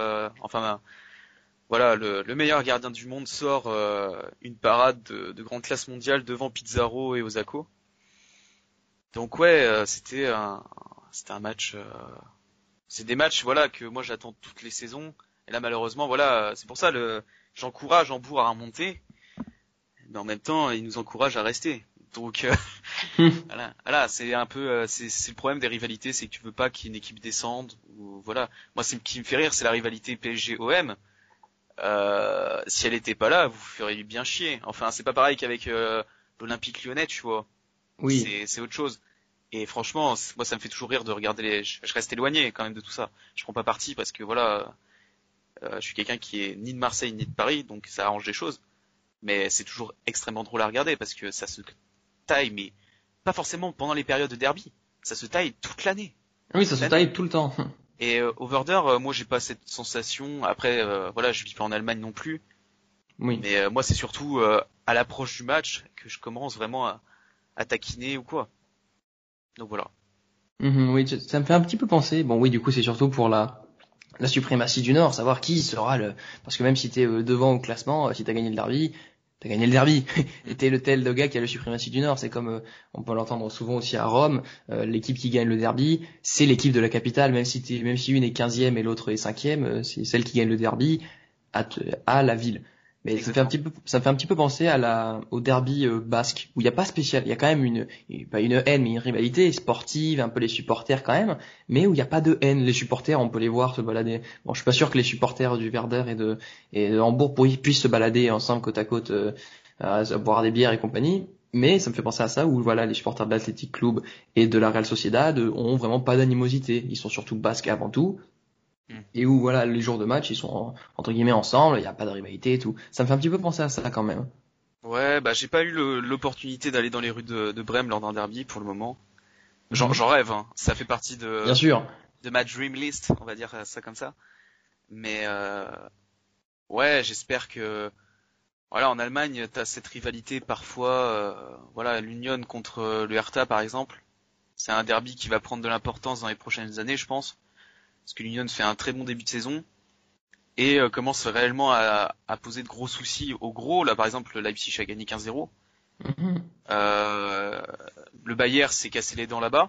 voilà, le meilleur gardien du monde sort une parade de grande classe mondiale devant Pizarro et Osako. Donc ouais, c'était un match. C'est des matchs, voilà, que moi j'attends toutes les saisons. Et là, malheureusement, voilà, c'est pour ça j'encourage Hambourg à remonter, mais en même temps, il nous encourage à rester. Donc voilà, c'est un peu, c'est le problème des rivalités, c'est que tu veux pas qu'une équipe descende. Ou voilà, moi, ce qui me fait rire, c'est la rivalité PSG-OM. Si elle était pas là, vous feriez bien chier. Enfin, c'est pas pareil qu'avec l'Olympique Lyonnais, tu vois. Oui. C'est autre chose. Et franchement, moi, ça me fait toujours rire de regarder je reste éloigné quand même de tout ça. Je prends pas parti parce que voilà, je suis quelqu'un qui est ni de Marseille ni de Paris, donc ça arrange les choses. Mais c'est toujours extrêmement drôle à regarder parce que ça se taille, mais pas forcément pendant les périodes de derby. Ça se taille toute l'année. Oui, ça se taille tout le temps. Et au Werder, moi, j'ai pas cette sensation. Après, voilà, je vis pas en Allemagne non plus. Oui. Mais moi, c'est surtout à l'approche du match que je commence vraiment à taquiner ou quoi. Donc voilà. Oui, ça me fait un petit peu penser. Bon, oui, du coup, c'est surtout pour la suprématie du Nord, savoir qui sera parce que même si t'es devant au classement, si t'as gagné le derby, t'as gagné le derby. Et t'es le tel de gars qui a la suprématie du Nord. C'est comme, on peut l'entendre souvent aussi à Rome, l'équipe qui gagne le derby, c'est l'équipe de la capitale, même si une est 15e et l'autre est 5e, c'est celle qui gagne le derby à la ville. Mais ça me fait un petit peu penser au derby basque, où il y a pas spécial, il y a quand même pas une haine, mais une rivalité sportive, un peu les supporters quand même, mais où il y a pas de haine. Les supporters, on peut les voir se balader. Bon, je suis pas sûr que les supporters du Werder et de Hambourg puissent se balader ensemble côte à côte, à boire des bières et compagnie. Mais ça me fait penser à ça, où voilà, les supporters de l'Athletic Club et de la Real Sociedad ont vraiment pas d'animosité. Ils sont surtout basques avant tout. Et où voilà, les jours de match, ils sont entre guillemets ensemble, il n'y a pas de rivalité et tout. Ça me fait un petit peu penser à ça quand même. Ouais, bah j'ai pas eu l'opportunité d'aller dans les rues de Brême lors d'un derby pour le moment. J'en rêve, hein. Ça fait partie Bien sûr, de ma dream list, on va dire ça comme ça. Mais ouais, j'espère que voilà, en Allemagne, t'as cette rivalité parfois, voilà, l'Union contre le Hertha par exemple. C'est un derby qui va prendre de l'importance dans les prochaines années, je pense. Parce que l'Union fait un très bon début de saison et commence réellement à poser de gros soucis aux gros. Là, par exemple, Leipzig a gagné 15-0. Le Bayern s'est cassé les dents là-bas,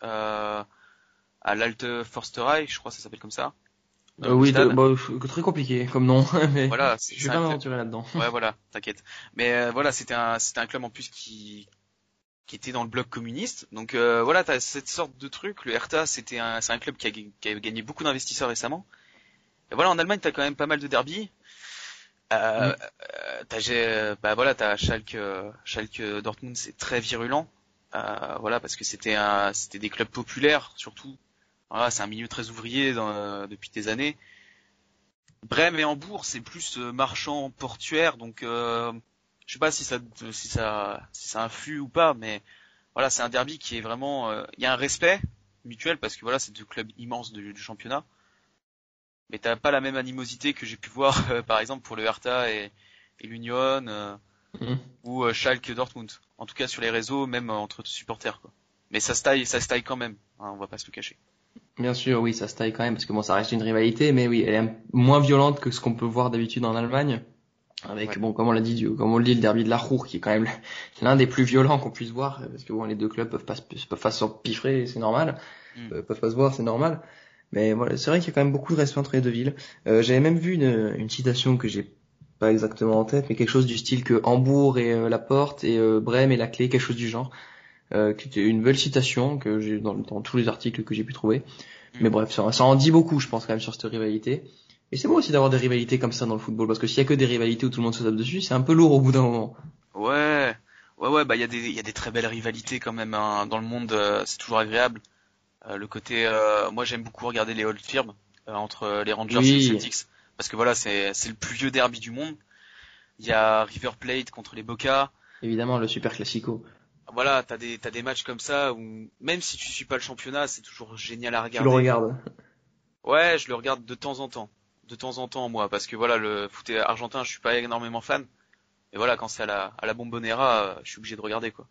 à l'Alte Forsterei, je crois que ça s'appelle comme ça. Oui, très compliqué comme nom, mais voilà, je vais pas m'aventurer là-dedans. Ouais, voilà, t'inquiète. Mais voilà, c'était un club en plus qui qui était dans le bloc communiste. Donc voilà, t'as cette sorte de truc. Le Hertha, c'est un club qui a gagné beaucoup d'investisseurs récemment. Et voilà, en Allemagne, t'as quand même pas mal de derbies. T'as Schalke Dortmund, c'est très virulent. Voilà, parce que c'était des clubs populaires surtout. Voilà, c'est un milieu très ouvrier depuis des années. Brême et Hambourg, c'est plus marchand portuaire, donc je sais pas si ça influe ou pas, mais voilà, c'est un derby qui est vraiment, il y a un respect mutuel parce que voilà, c'est deux clubs immenses du championnat. Mais t'as pas la même animosité que j'ai pu voir par exemple pour le Hertha et l'Union ou Schalke Dortmund. En tout cas sur les réseaux, même entre supporters quoi. Mais ça se taille quand même, hein, on va pas se le cacher. Bien sûr, oui, ça se taille quand même parce que bon, ça reste une rivalité, mais oui, elle est moins violente que ce qu'on peut voir d'habitude en Allemagne. Avec bon, comme on le dit, le derby de la Ruhr qui est quand même l'un des plus violents qu'on puisse voir parce que bon, les deux clubs peuvent pas s'empiffrer, c'est normal, peuvent pas se voir, c'est normal. Mais voilà, c'est vrai qu'il y a quand même beaucoup de respect entre les deux villes. J'avais même vu une citation que j'ai pas exactement en tête, mais quelque chose du style que Hambourg est la porte et Brême est la clé, quelque chose du genre. Qui était une belle citation que j'ai dans tous les articles que j'ai pu trouver. Mais bref, ça en dit beaucoup, je pense, quand même, sur cette rivalité. Et c'est beau aussi d'avoir des rivalités comme ça dans le football, parce que s'il y a que des rivalités où tout le monde se tape dessus, c'est un peu lourd au bout d'un moment. Ouais, bah il y a des très belles rivalités quand même hein, dans le monde, c'est toujours agréable. Le côté, moi j'aime beaucoup regarder les Old Firm entre les Rangers et les Celtics, parce que voilà, c'est le plus vieux derby du monde. Il y a River Plate contre les Boca. Évidemment, le super classico. Voilà, t'as des matchs comme ça où même si tu suis pas le championnat, c'est toujours génial à regarder. Tu le regardes? Ouais, je le regarde de temps en temps moi, parce que voilà, le foot argentin, je suis pas énormément fan. Et voilà, quand c'est à la Bombonera, je suis obligé de regarder quoi.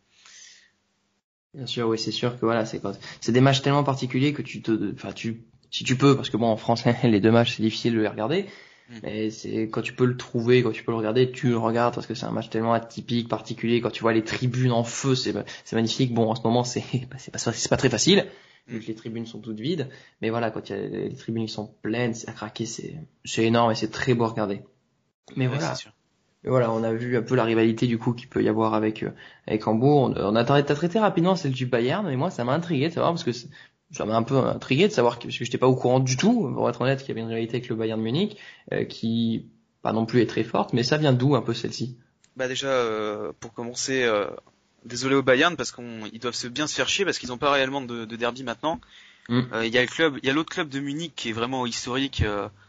Bien sûr, oui, c'est sûr que voilà, c'est des matchs tellement particuliers que si tu peux, parce que bon, en France, les deux matchs, c'est difficile de les regarder. Mais c'est quand tu peux le trouver, quand tu peux le regarder, tu le regardes parce que c'est un match tellement atypique, particulier. Quand tu vois les tribunes en feu, c'est magnifique. Bon, en ce moment, c'est pas très facile vu que les tribunes sont toutes vides. Mais voilà, quand les tribunes qui sont pleines, c'est à craquer, c'est énorme et c'est très beau à regarder. Mais ouais, voilà. C'est sûr. Et voilà, on a vu un peu la rivalité du coup qu'il peut y avoir avec Hambourg. On a traité rapidement celle du Bayern, mais moi ça m'a intrigué de savoir parce que ça m'a un peu intrigué de savoir parce que j'étais pas au courant du tout, pour être honnête, qu'il y avait une rivalité avec le Bayern de Munich qui pas non plus est très forte, mais ça vient d'où un peu celle-ci? Bah déjà pour commencer, désolé au Bayern parce qu'ils doivent bien se faire chier parce qu'ils ont pas réellement de derby maintenant. Il y a l'autre club de Munich qui est vraiment historique.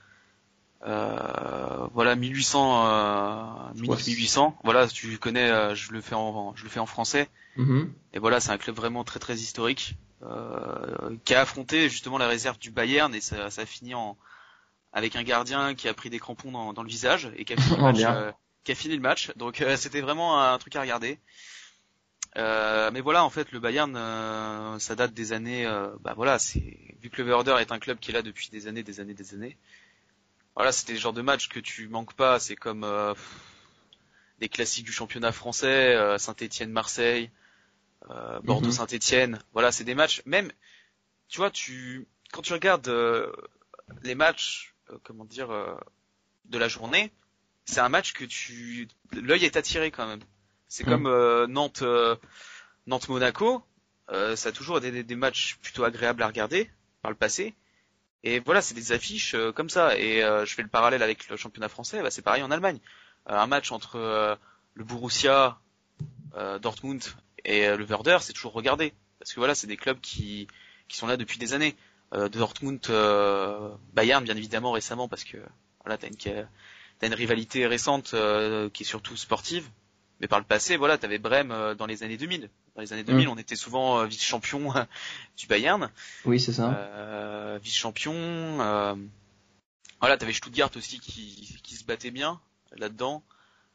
Voilà 1800 Munich 1800. Voilà, tu connais, je le fais en français. Et voilà, c'est un club vraiment très très historique. Qui a affronté justement la réserve du Bayern et ça a fini avec un gardien qui a pris des crampons dans le visage et qui a fini le match. Donc c'était vraiment un truc à regarder. Mais voilà, en fait, le Bayern, ça date des années. Voilà, vu que le Werder est un club qui est là depuis des années. Voilà, c'était le genre de match que tu manques pas. C'est comme des classiques du championnat français, Saint-Étienne-Marseille. Bordeaux-Saint-Étienne, voilà, c'est des matchs. Même, tu vois, quand tu regardes les matchs, de la journée, c'est un match que l'œil est attiré quand même. C'est comme Nantes-Monaco, ça a toujours été des matchs plutôt agréables à regarder par le passé. Et voilà, c'est des affiches comme ça. Et je fais le parallèle avec le championnat français, c'est pareil en Allemagne. Un match entre le Borussia Dortmund et le Werder, c'est toujours regardé parce que voilà, c'est des clubs qui sont là depuis des années. Dortmund, Bayern, bien évidemment récemment parce que voilà, t'as une rivalité récente qui est surtout sportive. Mais par le passé, voilà, t'avais Brême dans les années 2000. Dans les années 2000, on était souvent vice-champion du Bayern. Oui, c'est ça. Vice-champion. Voilà, t'avais Stuttgart aussi qui se battait bien là-dedans.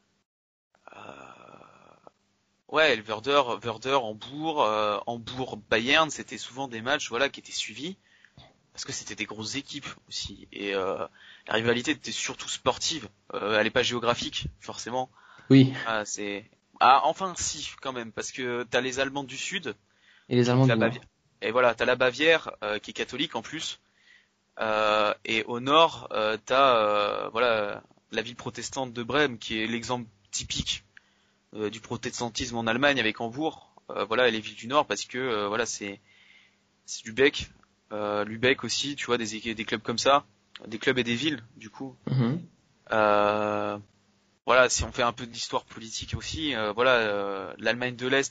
Ouais, le Werder, Hambourg, Bayern, c'était souvent des matchs, voilà, qui étaient suivis parce que c'était des grosses équipes aussi. Et la rivalité était surtout sportive. Elle est pas géographique, forcément. Oui. Enfin, si, quand même, parce que t'as les Allemands du Sud. Et les Allemands du Nord. Et voilà, t'as la Bavière qui est catholique en plus. Et au nord, t'as voilà la ville protestante de Brême qui est l'exemple typique du protestantisme en Allemagne avec Hambourg. voilà, les villes du Nord, parce que voilà, c'est Lübeck, Lübeck aussi, tu vois, des clubs comme ça, des clubs et des villes, du coup. Euh, voilà, si on fait un peu d'histoire politique aussi, voilà, l'Allemagne de l'Est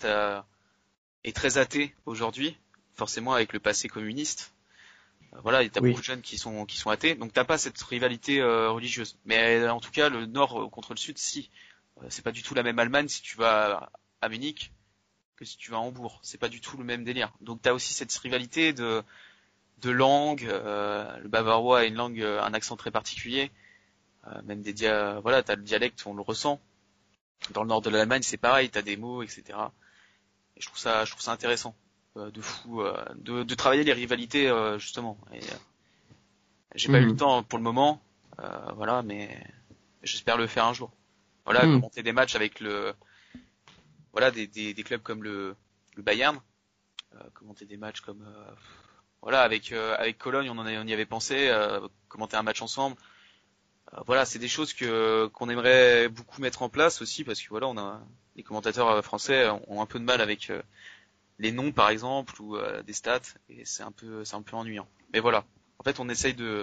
est très athée aujourd'hui, forcément avec le passé communiste. Voilà, t'as beaucoup de jeunes qui sont athées, donc t'as pas cette rivalité religieuse. Mais en tout cas, le Nord contre le Sud, si. C'est pas du tout la même Allemagne si tu vas à Munich que si tu vas à Hambourg. C'est pas du tout le même délire. Donc t'as aussi cette rivalité de langue. Le bavarois a une langue, un accent très particulier. Même voilà, t'as le dialecte, on le ressent. Dans le nord de l'Allemagne, c'est pareil, t'as des mots, etc. Et je trouve ça intéressant, de fou, de travailler les rivalités justement. Et j'ai pas eu le temps pour le moment, voilà, mais j'espère le faire un jour. Voilà, commenter des matchs avec voilà, des clubs comme le Bayern, commenter des matchs comme voilà, avec Cologne, on y avait pensé, commenter un match ensemble. Voilà, c'est des choses qu'on aimerait beaucoup mettre en place aussi, parce que voilà, les commentateurs français ont un peu de mal avec les noms par exemple, ou des stats, et c'est un peu ennuyant. Mais voilà, en fait, il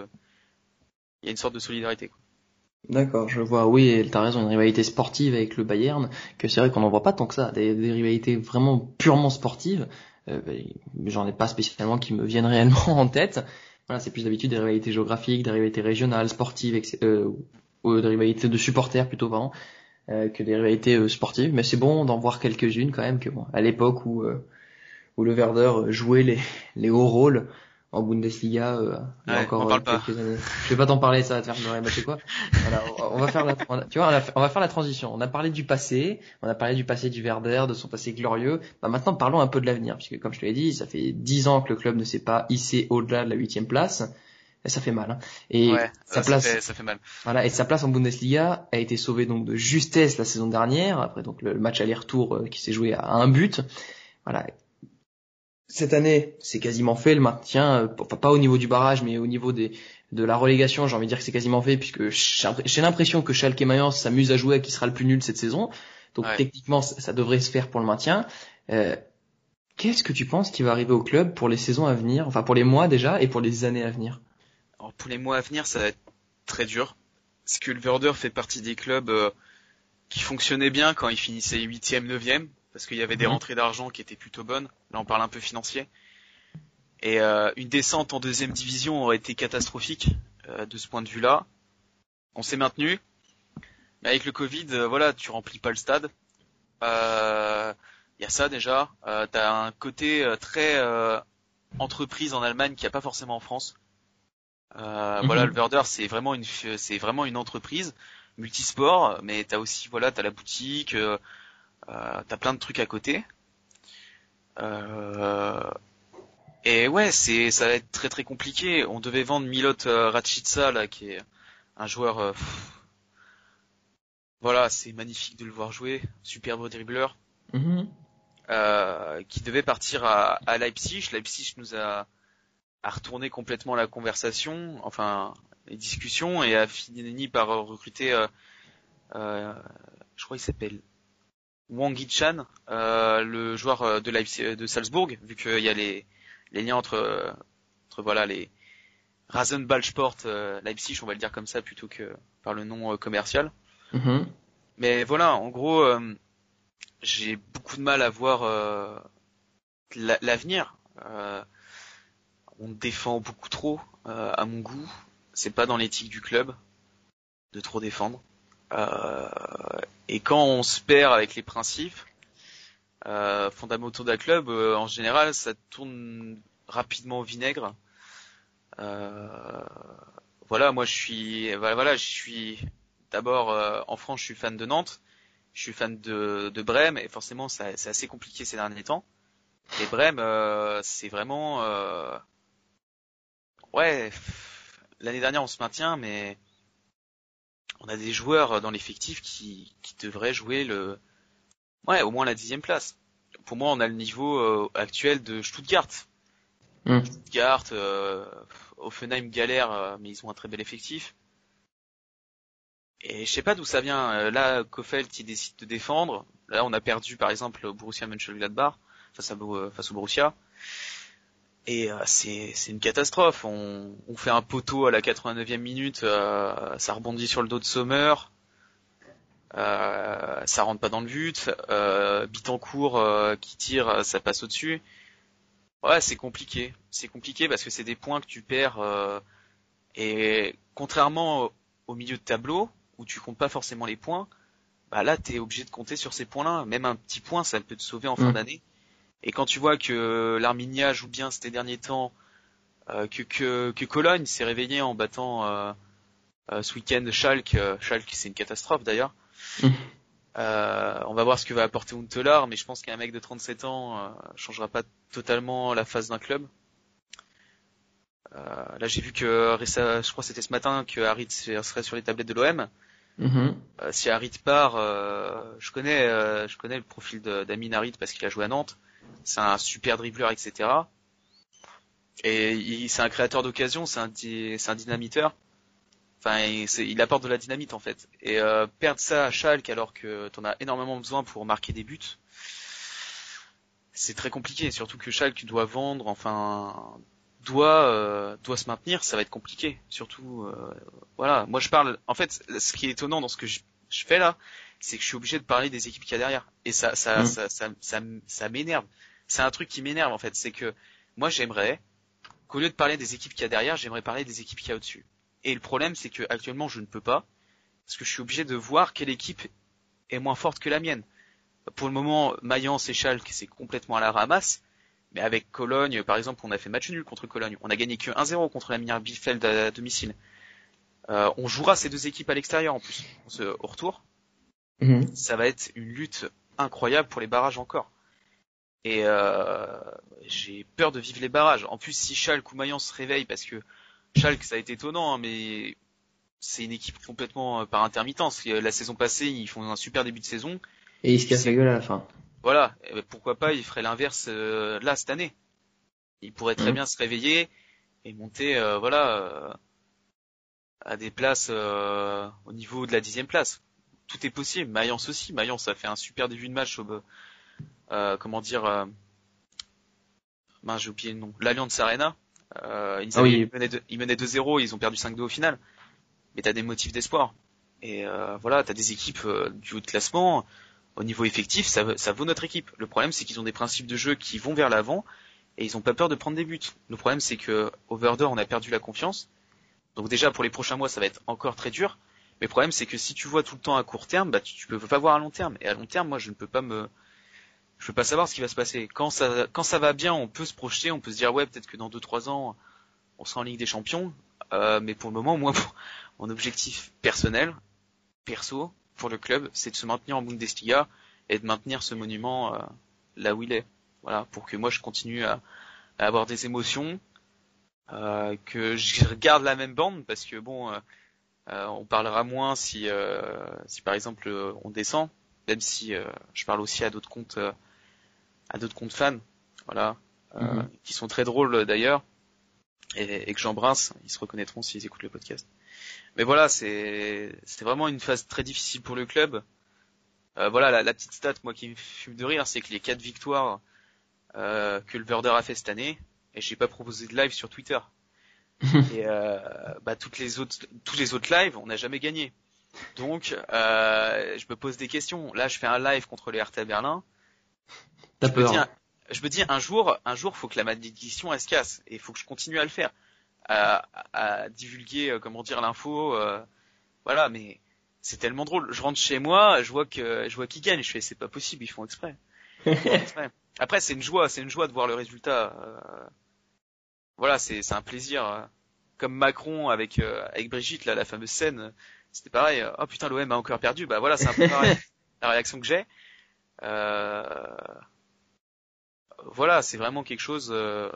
y a une sorte de solidarité, quoi. D'accord, je vois, oui, et t'as raison, une rivalité sportive avec le Bayern, que c'est vrai qu'on n'en voit pas tant que ça, des rivalités vraiment purement sportives, j'en ai pas spécialement qui me viennent réellement en tête. Voilà, c'est plus d'habitude des rivalités géographiques, des rivalités régionales, sportives, ou des rivalités de supporters plutôt, pardon, que des rivalités sportives, mais c'est bon d'en voir quelques-unes quand même, que bon, à l'époque où le Werder jouait les hauts rôles en Bundesliga il y a encore quelques années. Je vais pas t'en parler, ça va te faire pleurer. Bah, tu sais quoi, voilà, on va faire on va faire la transition. On a parlé du passé du Werder, de son passé glorieux. Bah maintenant parlons un peu de l'avenir, puisque comme je te l'ai dit, ça fait 10 ans que le club ne s'est pas hissé au-delà de la 8e place. Et ça fait mal, hein. Et ouais, ça fait mal. Voilà, et sa place en Bundesliga a été sauvée donc de justesse la saison dernière, après donc le match aller-retour qui s'est joué à un but. Voilà. Cette année, c'est quasiment fait, le maintien, pas au niveau du barrage, mais au niveau de la relégation, j'ai envie de dire que c'est quasiment fait, puisque j'ai l'impression que Schalke et Mayence s'amusent à jouer à qui sera le plus nul cette saison. Donc techniquement, ça devrait se faire pour le maintien. Qu'est-ce que tu penses qui va arriver au club pour les saisons à venir, enfin pour les mois déjà, et pour les années à venir? Alors pour les mois à venir, ça va être très dur, parce que le Werder fait partie des clubs qui fonctionnaient bien quand ils finissaient 8e, 9e, parce qu'il y avait des rentrées d'argent qui étaient plutôt bonnes. Là, on parle un peu financier. Et une descente en 2e division aurait été catastrophique de ce point de vue-là. On s'est maintenu. Mais avec le Covid, voilà, tu remplis pas le stade. Il y a ça déjà. T'as un côté très entreprise en Allemagne qu'il n'y a pas forcément en France. Voilà, le Werder, c'est vraiment une entreprise multisport, mais t'as aussi, voilà, t'as la boutique, t'as plein de trucs à côté. Et ouais, ça va être très très compliqué. On devait vendre Milot Rashica là, qui est un joueur. Voilà, c'est magnifique de le voir jouer, superbe dribbleur. Qui devait partir à Leipzig. Leipzig nous a retourné complètement la conversation, enfin les discussions, et a fini par recruter. Je crois qu'il s'appelle Wang Hichan, le joueur de Leipzig, de Salzbourg, vu qu'il y a les liens entre voilà les Rasenballsport Leipzig, on va le dire comme ça plutôt que par le nom commercial. Mais voilà, en gros, j'ai beaucoup de mal à voir l'avenir. On défend beaucoup trop, à mon goût. C'est pas dans l'éthique du club de trop défendre. Et quand on se perd avec les principes fondamentaux d'un club, en général, ça tourne rapidement au vinaigre. Voilà, moi je suis d'abord en France, je suis fan de Nantes, je suis fan de Brême, et forcément c'est assez compliqué ces derniers temps. Et Brême, c'est vraiment ouais, l'année dernière on se maintient, mais on a des joueurs dans l'effectif qui devraient jouer au moins la 10e place. Pour moi, on a le niveau actuel de Stuttgart. Stuttgart, Hoffenheim galère, mais ils ont un très bel effectif. Et je sais pas d'où ça vient. Là, Kofeld qui décide de défendre. Là, on a perdu par exemple au Borussia Mönchengladbach face au Borussia. Et c'est une catastrophe. On fait un poteau à la 89e minute, ça rebondit sur le dos de Sommer. Ça rentre pas dans le but. Bittencourt qui tire, ça passe au-dessus. Ouais, c'est compliqué. C'est compliqué parce que c'est des points que tu perds. Et contrairement au milieu de tableau, où tu comptes pas forcément les points, bah là t'es obligé de compter sur ces points-là. Même un petit point, ça peut te sauver en fin d'année. Et quand tu vois que l'Arminia joue bien ces derniers temps, que Cologne s'est réveillé en battant ce week-end Schalke, Schalke c'est une catastrophe d'ailleurs. On va voir ce que va apporter Huntelaar, mais je pense qu'un mec de 37 ans changera pas totalement la face d'un club. Là j'ai vu que je crois que c'était ce matin que Harit serait sur les tablettes de l'OM. Si Harit part, je connais le profil d'Amin Harit parce qu'il a joué à Nantes. C'est un super dribbleur, etc. Et c'est un créateur d'occasion, c'est un dynamiteur. Enfin, il apporte de la dynamite en fait. Et perdre ça à Schalke alors que t'en as énormément besoin pour marquer des buts, c'est très compliqué. Surtout que Schalke doit vendre, enfin doit se maintenir, ça va être compliqué. Surtout, voilà. Moi je parle. En fait, ce qui est étonnant dans ce que je fais là, c'est que je suis obligé de parler des équipes qu'il y a derrière. Et ça m'énerve. C'est un truc qui m'énerve en fait. C'est que moi j'aimerais qu'au lieu de parler des équipes qu'il y a derrière, j'aimerais parler des équipes qu'il y a au-dessus. Et le problème, c'est que actuellement, je ne peux pas, parce que je suis obligé de voir quelle équipe est moins forte que la mienne. Pour le moment, Mayence et Schalke, c'est complètement à la ramasse. Mais avec Cologne, par exemple, on a fait match nul contre Cologne. On a gagné que 1-0 contre la Minière Bielefeld à domicile. On jouera ces deux équipes à l'extérieur en plus, au retour. Ça va être une lutte incroyable pour les barrages encore. Et j'ai peur de vivre les barrages. En plus, si Schalke ou Mayence se réveillent, parce que Schalke, ça a été étonnant, hein, mais c'est une équipe complètement par intermittence. La saison passée, ils font un super début de saison. Et ils se cassent la gueule à la fin. Voilà. Et pourquoi pas, ils feraient l'inverse là, cette année. Ils pourraient très bien se réveiller et monter à des places au niveau de la 10e place. Tout est possible. Mayence aussi. Mayence a fait un super début de match j'ai oublié le nom. L'Allianz Arena. Ils menaient 2-0, ils ont perdu 5-2 au final. Mais t'as des motifs d'espoir. Et t'as des équipes du haut de classement. Au niveau effectif, ça vaut notre équipe. Le problème, c'est qu'ils ont des principes de jeu qui vont vers l'avant et ils ont pas peur de prendre des buts. Le problème, c'est que Overder, on a perdu la confiance. Donc déjà, pour les prochains mois, ça va être encore très dur. Mais le problème, c'est que si tu vois tout le temps à court terme, bah tu peux pas voir à long terme. Et à long terme, moi, je peux pas savoir ce qui va se passer. Quand ça va bien, on peut se projeter, on peut se dire ouais, peut-être que dans 2-3 ans, on sera en Ligue des Champions. Mais pour le moment, moi, mon objectif perso, pour le club, c'est de se maintenir en Bundesliga et de maintenir ce monument là où il est. Voilà, pour que moi je continue à avoir des émotions, que je regarde la même bande, parce que on parlera moins si par exemple on descend, même si je parle aussi à d'autres comptes fans, voilà, qui sont très drôles d'ailleurs et que j'embrasse, ils se reconnaîtront s'ils écoutent le podcast. Mais voilà, c'est vraiment une phase très difficile pour le club. La petite stat, moi, qui me fume de rire, c'est que les 4 victoires que le Werder a fait cette année, et j'ai pas proposé de live sur Twitter. Et tous les autres lives, on n'a jamais gagné. Donc, je me pose des questions. Là, je fais un live contre le Hertha Berlin. Je me dis un jour, faut que la malédiction elle se casse, et il faut que je continue à le faire. À divulguer l'info, mais c'est tellement drôle. Je rentre chez moi, je vois qu'ils gagnent, je fais c'est pas possible, ils font exprès. Après c'est une joie de voir le résultat. C'est un plaisir. Comme Macron avec Brigitte là, la fameuse scène, c'était pareil. Oh putain, l'OM a encore perdu. Bah voilà, c'est un peu pareil. La réaction que j'ai. C'est vraiment quelque chose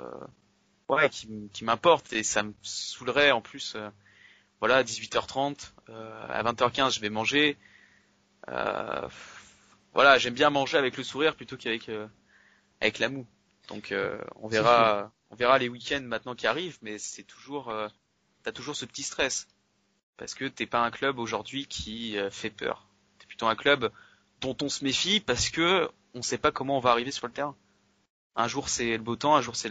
qui m'importe, et ça me saoulerait en plus. 18h30, à 20h15 je vais manger. J'aime bien manger avec le sourire plutôt qu'avec la moue. Donc on verra les week-ends maintenant qui arrivent, mais c'est toujours t'as toujours ce petit stress. Parce que t'es pas un club aujourd'hui qui fait peur. T'es plutôt un club dont on se méfie parce que on sait pas comment on va arriver sur le terrain. Un jour c'est le beau temps, un jour c'est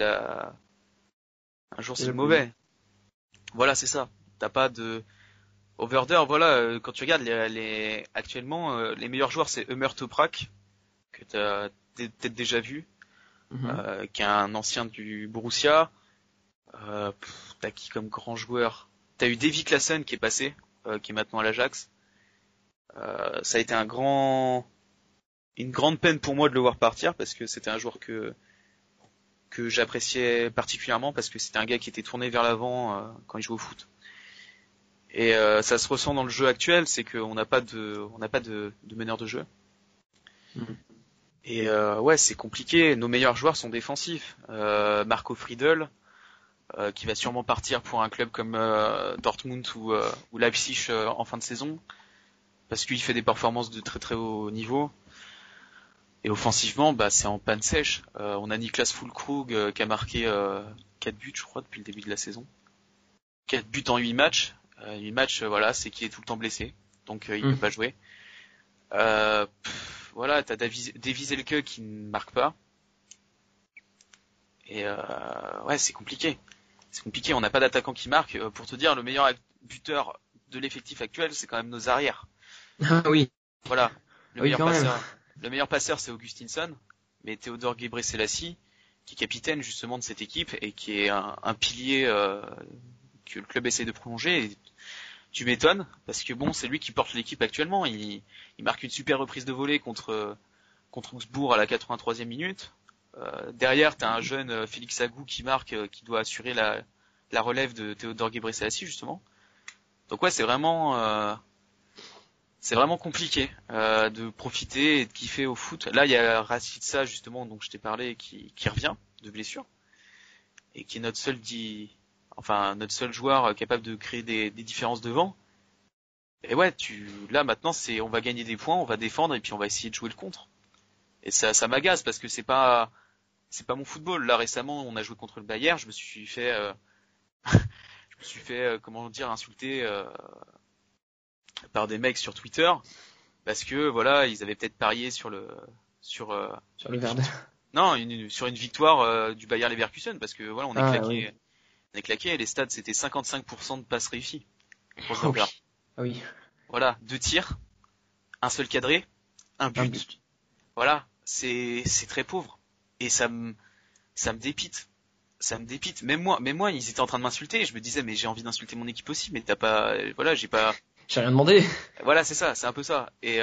le mauvais. Voilà, c'est ça. T'as pas de Overder, voilà, quand tu regardes actuellement, les meilleurs joueurs c'est Ömer Toprak, que t'as peut-être déjà vu, qui est un ancien du Borussia. T'as qui comme grand joueur? T'as eu Davy Klaassen qui est passé, qui est maintenant à l'Ajax. Ça a été une grande peine pour moi de le voir partir parce que c'était un joueur que j'appréciais particulièrement parce que c'était un gars qui était tourné vers l'avant quand il jouait au foot. Et ça se ressent dans le jeu actuel, c'est qu'on n'a pas de meneur de jeu. Et ouais, c'est compliqué. Nos meilleurs joueurs sont défensifs. Marco Friedel, qui va sûrement partir pour un club comme Dortmund ou Leipzig en fin de saison, parce qu'il fait des performances de très très haut niveau. Et offensivement, bah c'est en panne sèche. On a Niklas Füllkrug qui a marqué 4 buts, je crois, depuis le début de la saison. 4 buts en 8 matchs. 8 matchs, voilà, c'est qu'il est tout le temps blessé, donc il peut pas jouer. Voilà, t'as Davy Selke qui ne marque pas. Et ouais, c'est compliqué. C'est compliqué, on n'a pas d'attaquant qui marque. Pour te dire, le meilleur buteur de l'effectif actuel, c'est quand même nos arrières. Ah oui. Voilà. Le meilleur passeur, c'est Augustinsson, mais Théodore Ghebreselassie, qui est capitaine justement de cette équipe et qui est un pilier que le club essaie de prolonger. Et tu m'étonnes, parce que bon, c'est lui qui porte l'équipe actuellement. Il marque une super reprise de volée contre Augsbourg à la 83e minute. Derrière, t'as un jeune Félix Agou qui marque, qui doit assurer la relève de Théodore Ghebreselassie justement. Donc ouais, c'est vraiment compliqué de profiter et de kiffer au foot. Là, il y a Rashica justement, dont je t'ai parlé, qui revient de blessure et qui est notre seul joueur capable de créer des différences devant. Et ouais, là maintenant, on va gagner des points, on va défendre et puis on va essayer de jouer le contre. Et ça m'agace parce que c'est pas mon football. Là récemment, on a joué contre le Bayern, je me suis fait comment dire, insulter par des mecs sur Twitter parce que voilà, ils avaient peut-être parié sur le Werder. Non, sur une victoire du Bayer Leverkusen parce que voilà, on est claqué. Oui. On est claqué, les stats c'était 55% de passes réussies. Ah oui. Voilà, 2 tirs, un seul cadré, un but. Voilà, c'est très pauvre. Et ça me dépite. Ça me dépite. Même moi, ils étaient en train de m'insulter et je me disais mais j'ai envie d'insulter mon équipe aussi, mais J'ai rien demandé. Voilà, c'est ça, c'est un peu ça. Et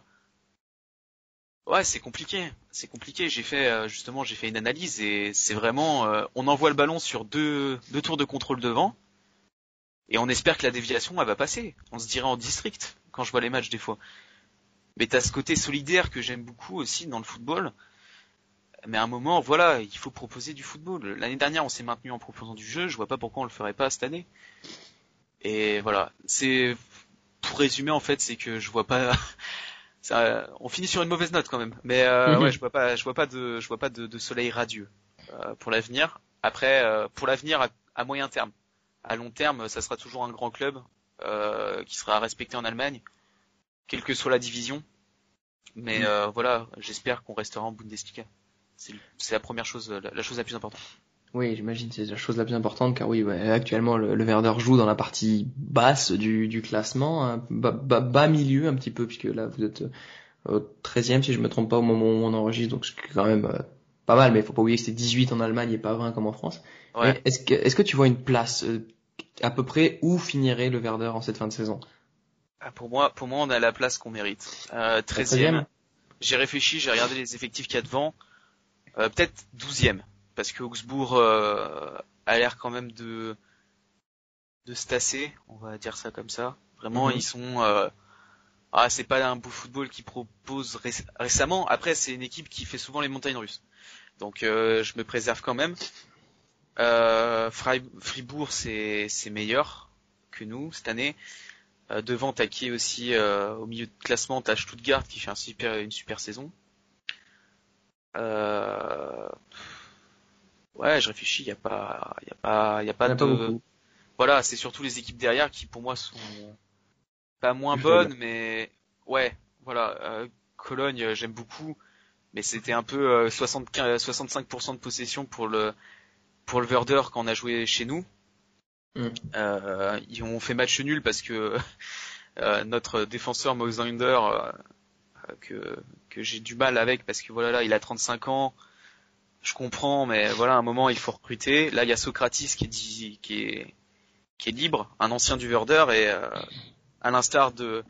ouais, c'est compliqué. J'ai fait une analyse et c'est vraiment on envoie le ballon sur deux tours de contrôle devant et on espère que la déviation elle va passer. On se dirait en district quand je vois les matchs des fois. Mais t'as ce côté solidaire que j'aime beaucoup aussi dans le football. Mais à un moment, voilà, il faut proposer du football. L'année dernière, on s'est maintenu en proposant du jeu. Je vois pas pourquoi on le ferait pas cette année. Et voilà, pour résumer en fait, c'est que je vois pas. On finit sur une mauvaise note quand même. Mais ouais, je vois pas de soleil radieux pour l'avenir. Après, pour l'avenir à moyen terme, à long terme, ça sera toujours un grand club qui sera respecté en Allemagne, quelle que soit la division. Mais voilà, j'espère qu'on restera en Bundesliga. C'est la première chose, la chose la plus importante. Oui, j'imagine c'est la chose la plus importante car oui, ouais, actuellement le Werder joue dans la partie basse du classement, hein, bas milieu un petit peu puisque là vous êtes au 13e si je me trompe pas au moment où on enregistre, donc c'est quand même pas mal, mais il faut pas oublier que c'est 18 en Allemagne et pas 20 comme en France. Ouais. Est-ce que tu vois une place à peu près où finirait le Werder en cette fin de saison? Pour moi, on a la place qu'on mérite. 13e. J'ai réfléchi, j'ai regardé les effectifs qu'il y a devant. Peut-être 12e. Parce que Augsbourg a l'air quand même de se tasser, on va dire ça comme ça. Vraiment, ils sont... c'est pas un beau football qu'ils proposent récemment. Après, c'est une équipe qui fait souvent les montagnes russes. Donc, je me préserve quand même. Fribourg, c'est meilleur que nous cette année. Devant, t'as qui aussi au milieu de classement, t'as Stuttgart qui fait une super saison. Ouais, je réfléchis, y a pas voilà, c'est surtout les équipes derrière qui pour moi sont pas moins bonnes, mais ouais, voilà. Cologne, j'aime beaucoup, mais c'était un peu 65% de possession pour le Werder quand on a joué chez nous. Ils ont fait match nul parce que notre défenseur Moisander que j'ai du mal avec parce que voilà là il a 35 ans, je comprends, mais voilà à un moment il faut recruter. Là il y a Socrates qui est libre, un ancien du Werder et à l'instar de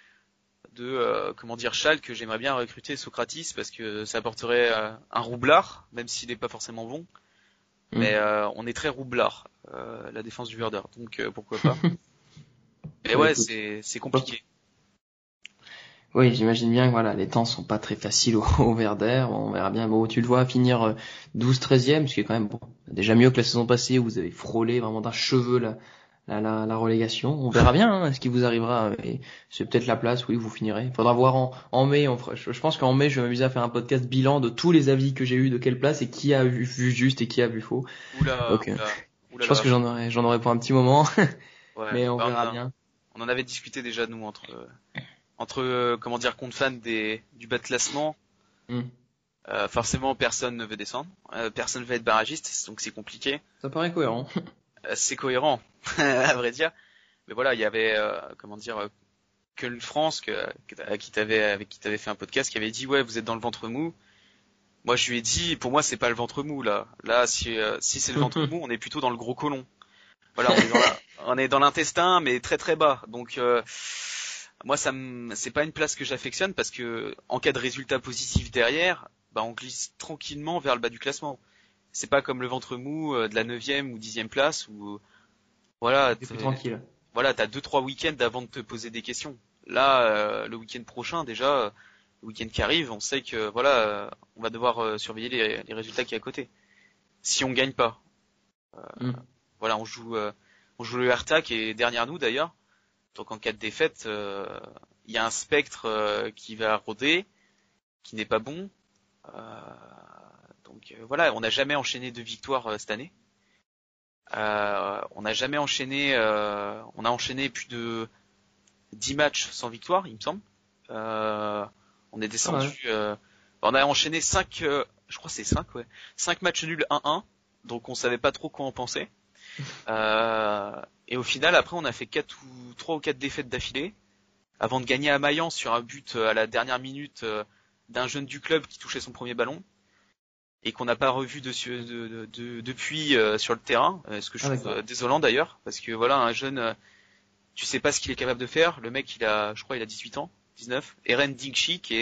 comment dire Schalke, j'aimerais bien recruter Socrates parce que ça apporterait un roublard, même s'il n'est pas forcément bon. Mais on est très roublard, la défense du Werder, donc pourquoi pas. Mais ouais, c'est compliqué. Oui, j'imagine bien que voilà, les temps sont pas très faciles au Werder. On verra bien. Bon, tu le vois finir 12-13e, ce qui est quand même bon, déjà mieux que la saison passée où vous avez frôlé vraiment d'un cheveu la relégation. On verra bien ce qui vous arrivera. Et c'est peut-être la place où vous finirez. Il faudra voir en mai. Je pense qu'en mai, je vais m'amuser à faire un podcast bilan de tous les avis que j'ai eu de quelle place et qui a vu juste et qui a vu faux. Oula. Je pense que j'en aurai pour un petit moment. Ouais, mais on verra bien. On en avait discuté déjà nous entre comment dire compte fans du bas de classement. Forcément personne ne veut descendre, personne ne veut être barragiste, donc c'est compliqué. Ça paraît cohérent. C'est cohérent, à vrai dire. Mais voilà, il y avait comment dire Köln France avec qui t'avais fait un podcast qui avait dit ouais vous êtes dans le ventre mou. Moi je lui ai dit pour moi c'est pas le ventre mou là. Là si c'est le ventre mou on est plutôt dans le gros côlon. Voilà on est dans l'intestin mais très très bas. Donc moi c'est pas une place que j'affectionne parce que en cas de résultat positif derrière, bah on glisse tranquillement vers le bas du classement. C'est pas comme le ventre mou de la 9e ou 10e place où voilà, t'es plus tranquille. Voilà, t'as 2-3 week-ends avant de te poser des questions. Là le week-end prochain déjà le week-end qui arrive, on sait que voilà, on va devoir surveiller les résultats qui est à côté. Si on gagne pas. Voilà, on joue le Hertha qui est derrière nous d'ailleurs. Donc en cas de défaite, il y a un spectre qui va rôder, qui n'est pas bon. Donc voilà, on n'a jamais enchaîné de victoires cette année. On n'a jamais enchaîné, on a enchaîné plus de 10 matchs sans victoire, il me semble. On est descendu, on a enchaîné 5, je crois que c'est 5, ouais. 5 matchs nuls 1-1, donc on savait pas trop quoi en penser. Et au final, après, on a fait 3 ou 4 défaites d'affilée, avant de gagner à Mayence sur un but à la dernière minute d'un jeune du club qui touchait son premier ballon, et qu'on n'a pas revu depuis sur le terrain, ce que je trouve désolant d'ailleurs, parce que voilà, un jeune, tu sais pas ce qu'il est capable de faire. Le mec, je crois il a 18 ans, 19. Eren Dinkçi, qui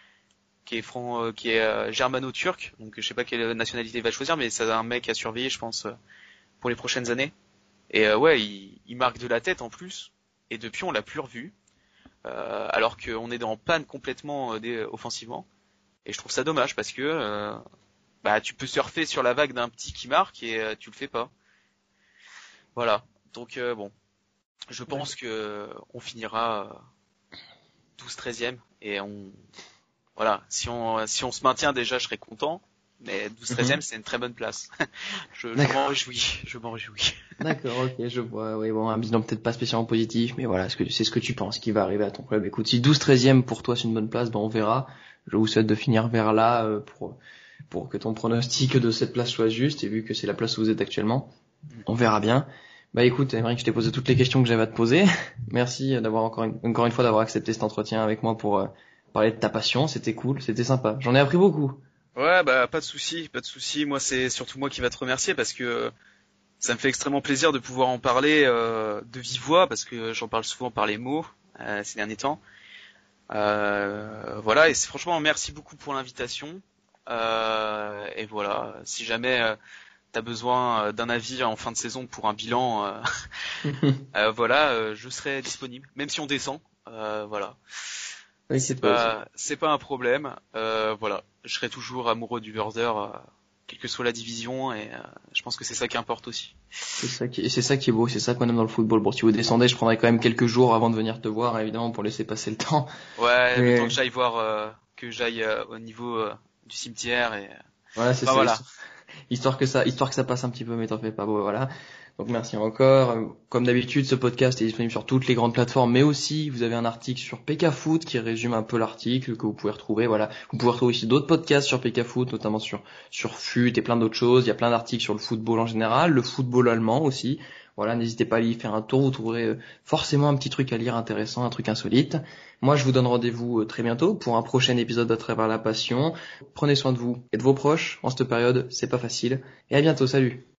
est germano-turc, donc je sais pas quelle nationalité il va choisir, mais c'est un mec à surveiller, je pense, pour les prochaines années. Et ouais, il marque de la tête en plus, et depuis on l'a plus revu, alors qu'on est en panne complètement offensivement. Et je trouve ça dommage parce que bah tu peux surfer sur la vague d'un petit qui marque et tu le fais pas. Voilà. Donc bon, je pense que on finira 12-13e et voilà, si on se maintient déjà, je serais content. Mais 12-13e, c'est une très bonne place. Je m'en réjouis. D'accord, ok, je vois. Oui, bon, un bilan peut-être pas spécialement positif, mais voilà, c'est ce que tu penses qui va arriver à ton club. Écoute, si 12-13e pour toi c'est une bonne place, ben on verra. Je vous souhaite de finir vers là pour que ton pronostic de cette place soit juste, et vu que c'est la place où vous êtes actuellement, on verra bien. Bah écoute, Aymeric, je t'ai posé toutes les questions que j'avais à te poser. Merci d'avoir encore une fois d'avoir accepté cet entretien avec moi pour parler de ta passion. C'était cool, c'était sympa. J'en ai appris beaucoup. Ouais, bah pas de souci. Moi, c'est surtout moi qui va te remercier parce que ça me fait extrêmement plaisir de pouvoir en parler de vive voix parce que j'en parle souvent par les mots ces derniers temps. Voilà, et franchement merci beaucoup pour l'invitation. Et voilà, si jamais t'as besoin d'un avis en fin de saison pour un bilan, voilà, je serai disponible, même si on descend. Voilà. Oui, c'est pas un problème. Voilà, je serai toujours amoureux du Werder, quelle que soit la division, et je pense que c'est ça qui importe aussi. C'est ça qui est beau, c'est ça qu'on aime dans le football. Bon, si vous descendez, je prendrai quand même quelques jours avant de venir te voir, évidemment, pour laisser passer le temps. Ouais, le temps que j'aille voir, au niveau du cimetière et. Voilà, c'est ça. Voilà. Histoire que ça passe un petit peu, mais t'en fais pas. Bon, voilà. Donc merci encore. Comme d'habitude, ce podcast est disponible sur toutes les grandes plateformes, mais aussi vous avez un article sur PK Foot qui résume un peu l'article que vous pouvez retrouver. Voilà, vous pouvez retrouver aussi d'autres podcasts sur PK Foot, notamment sur FUT et plein d'autres choses. Il y a plein d'articles sur le football en général, le football allemand aussi. Voilà, n'hésitez pas à y faire un tour, vous trouverez forcément un petit truc à lire intéressant, un truc insolite. Moi, je vous donne rendez-vous très bientôt pour un prochain épisode d'À travers la passion. Prenez soin de vous et de vos proches en cette période, c'est pas facile. Et à bientôt, salut.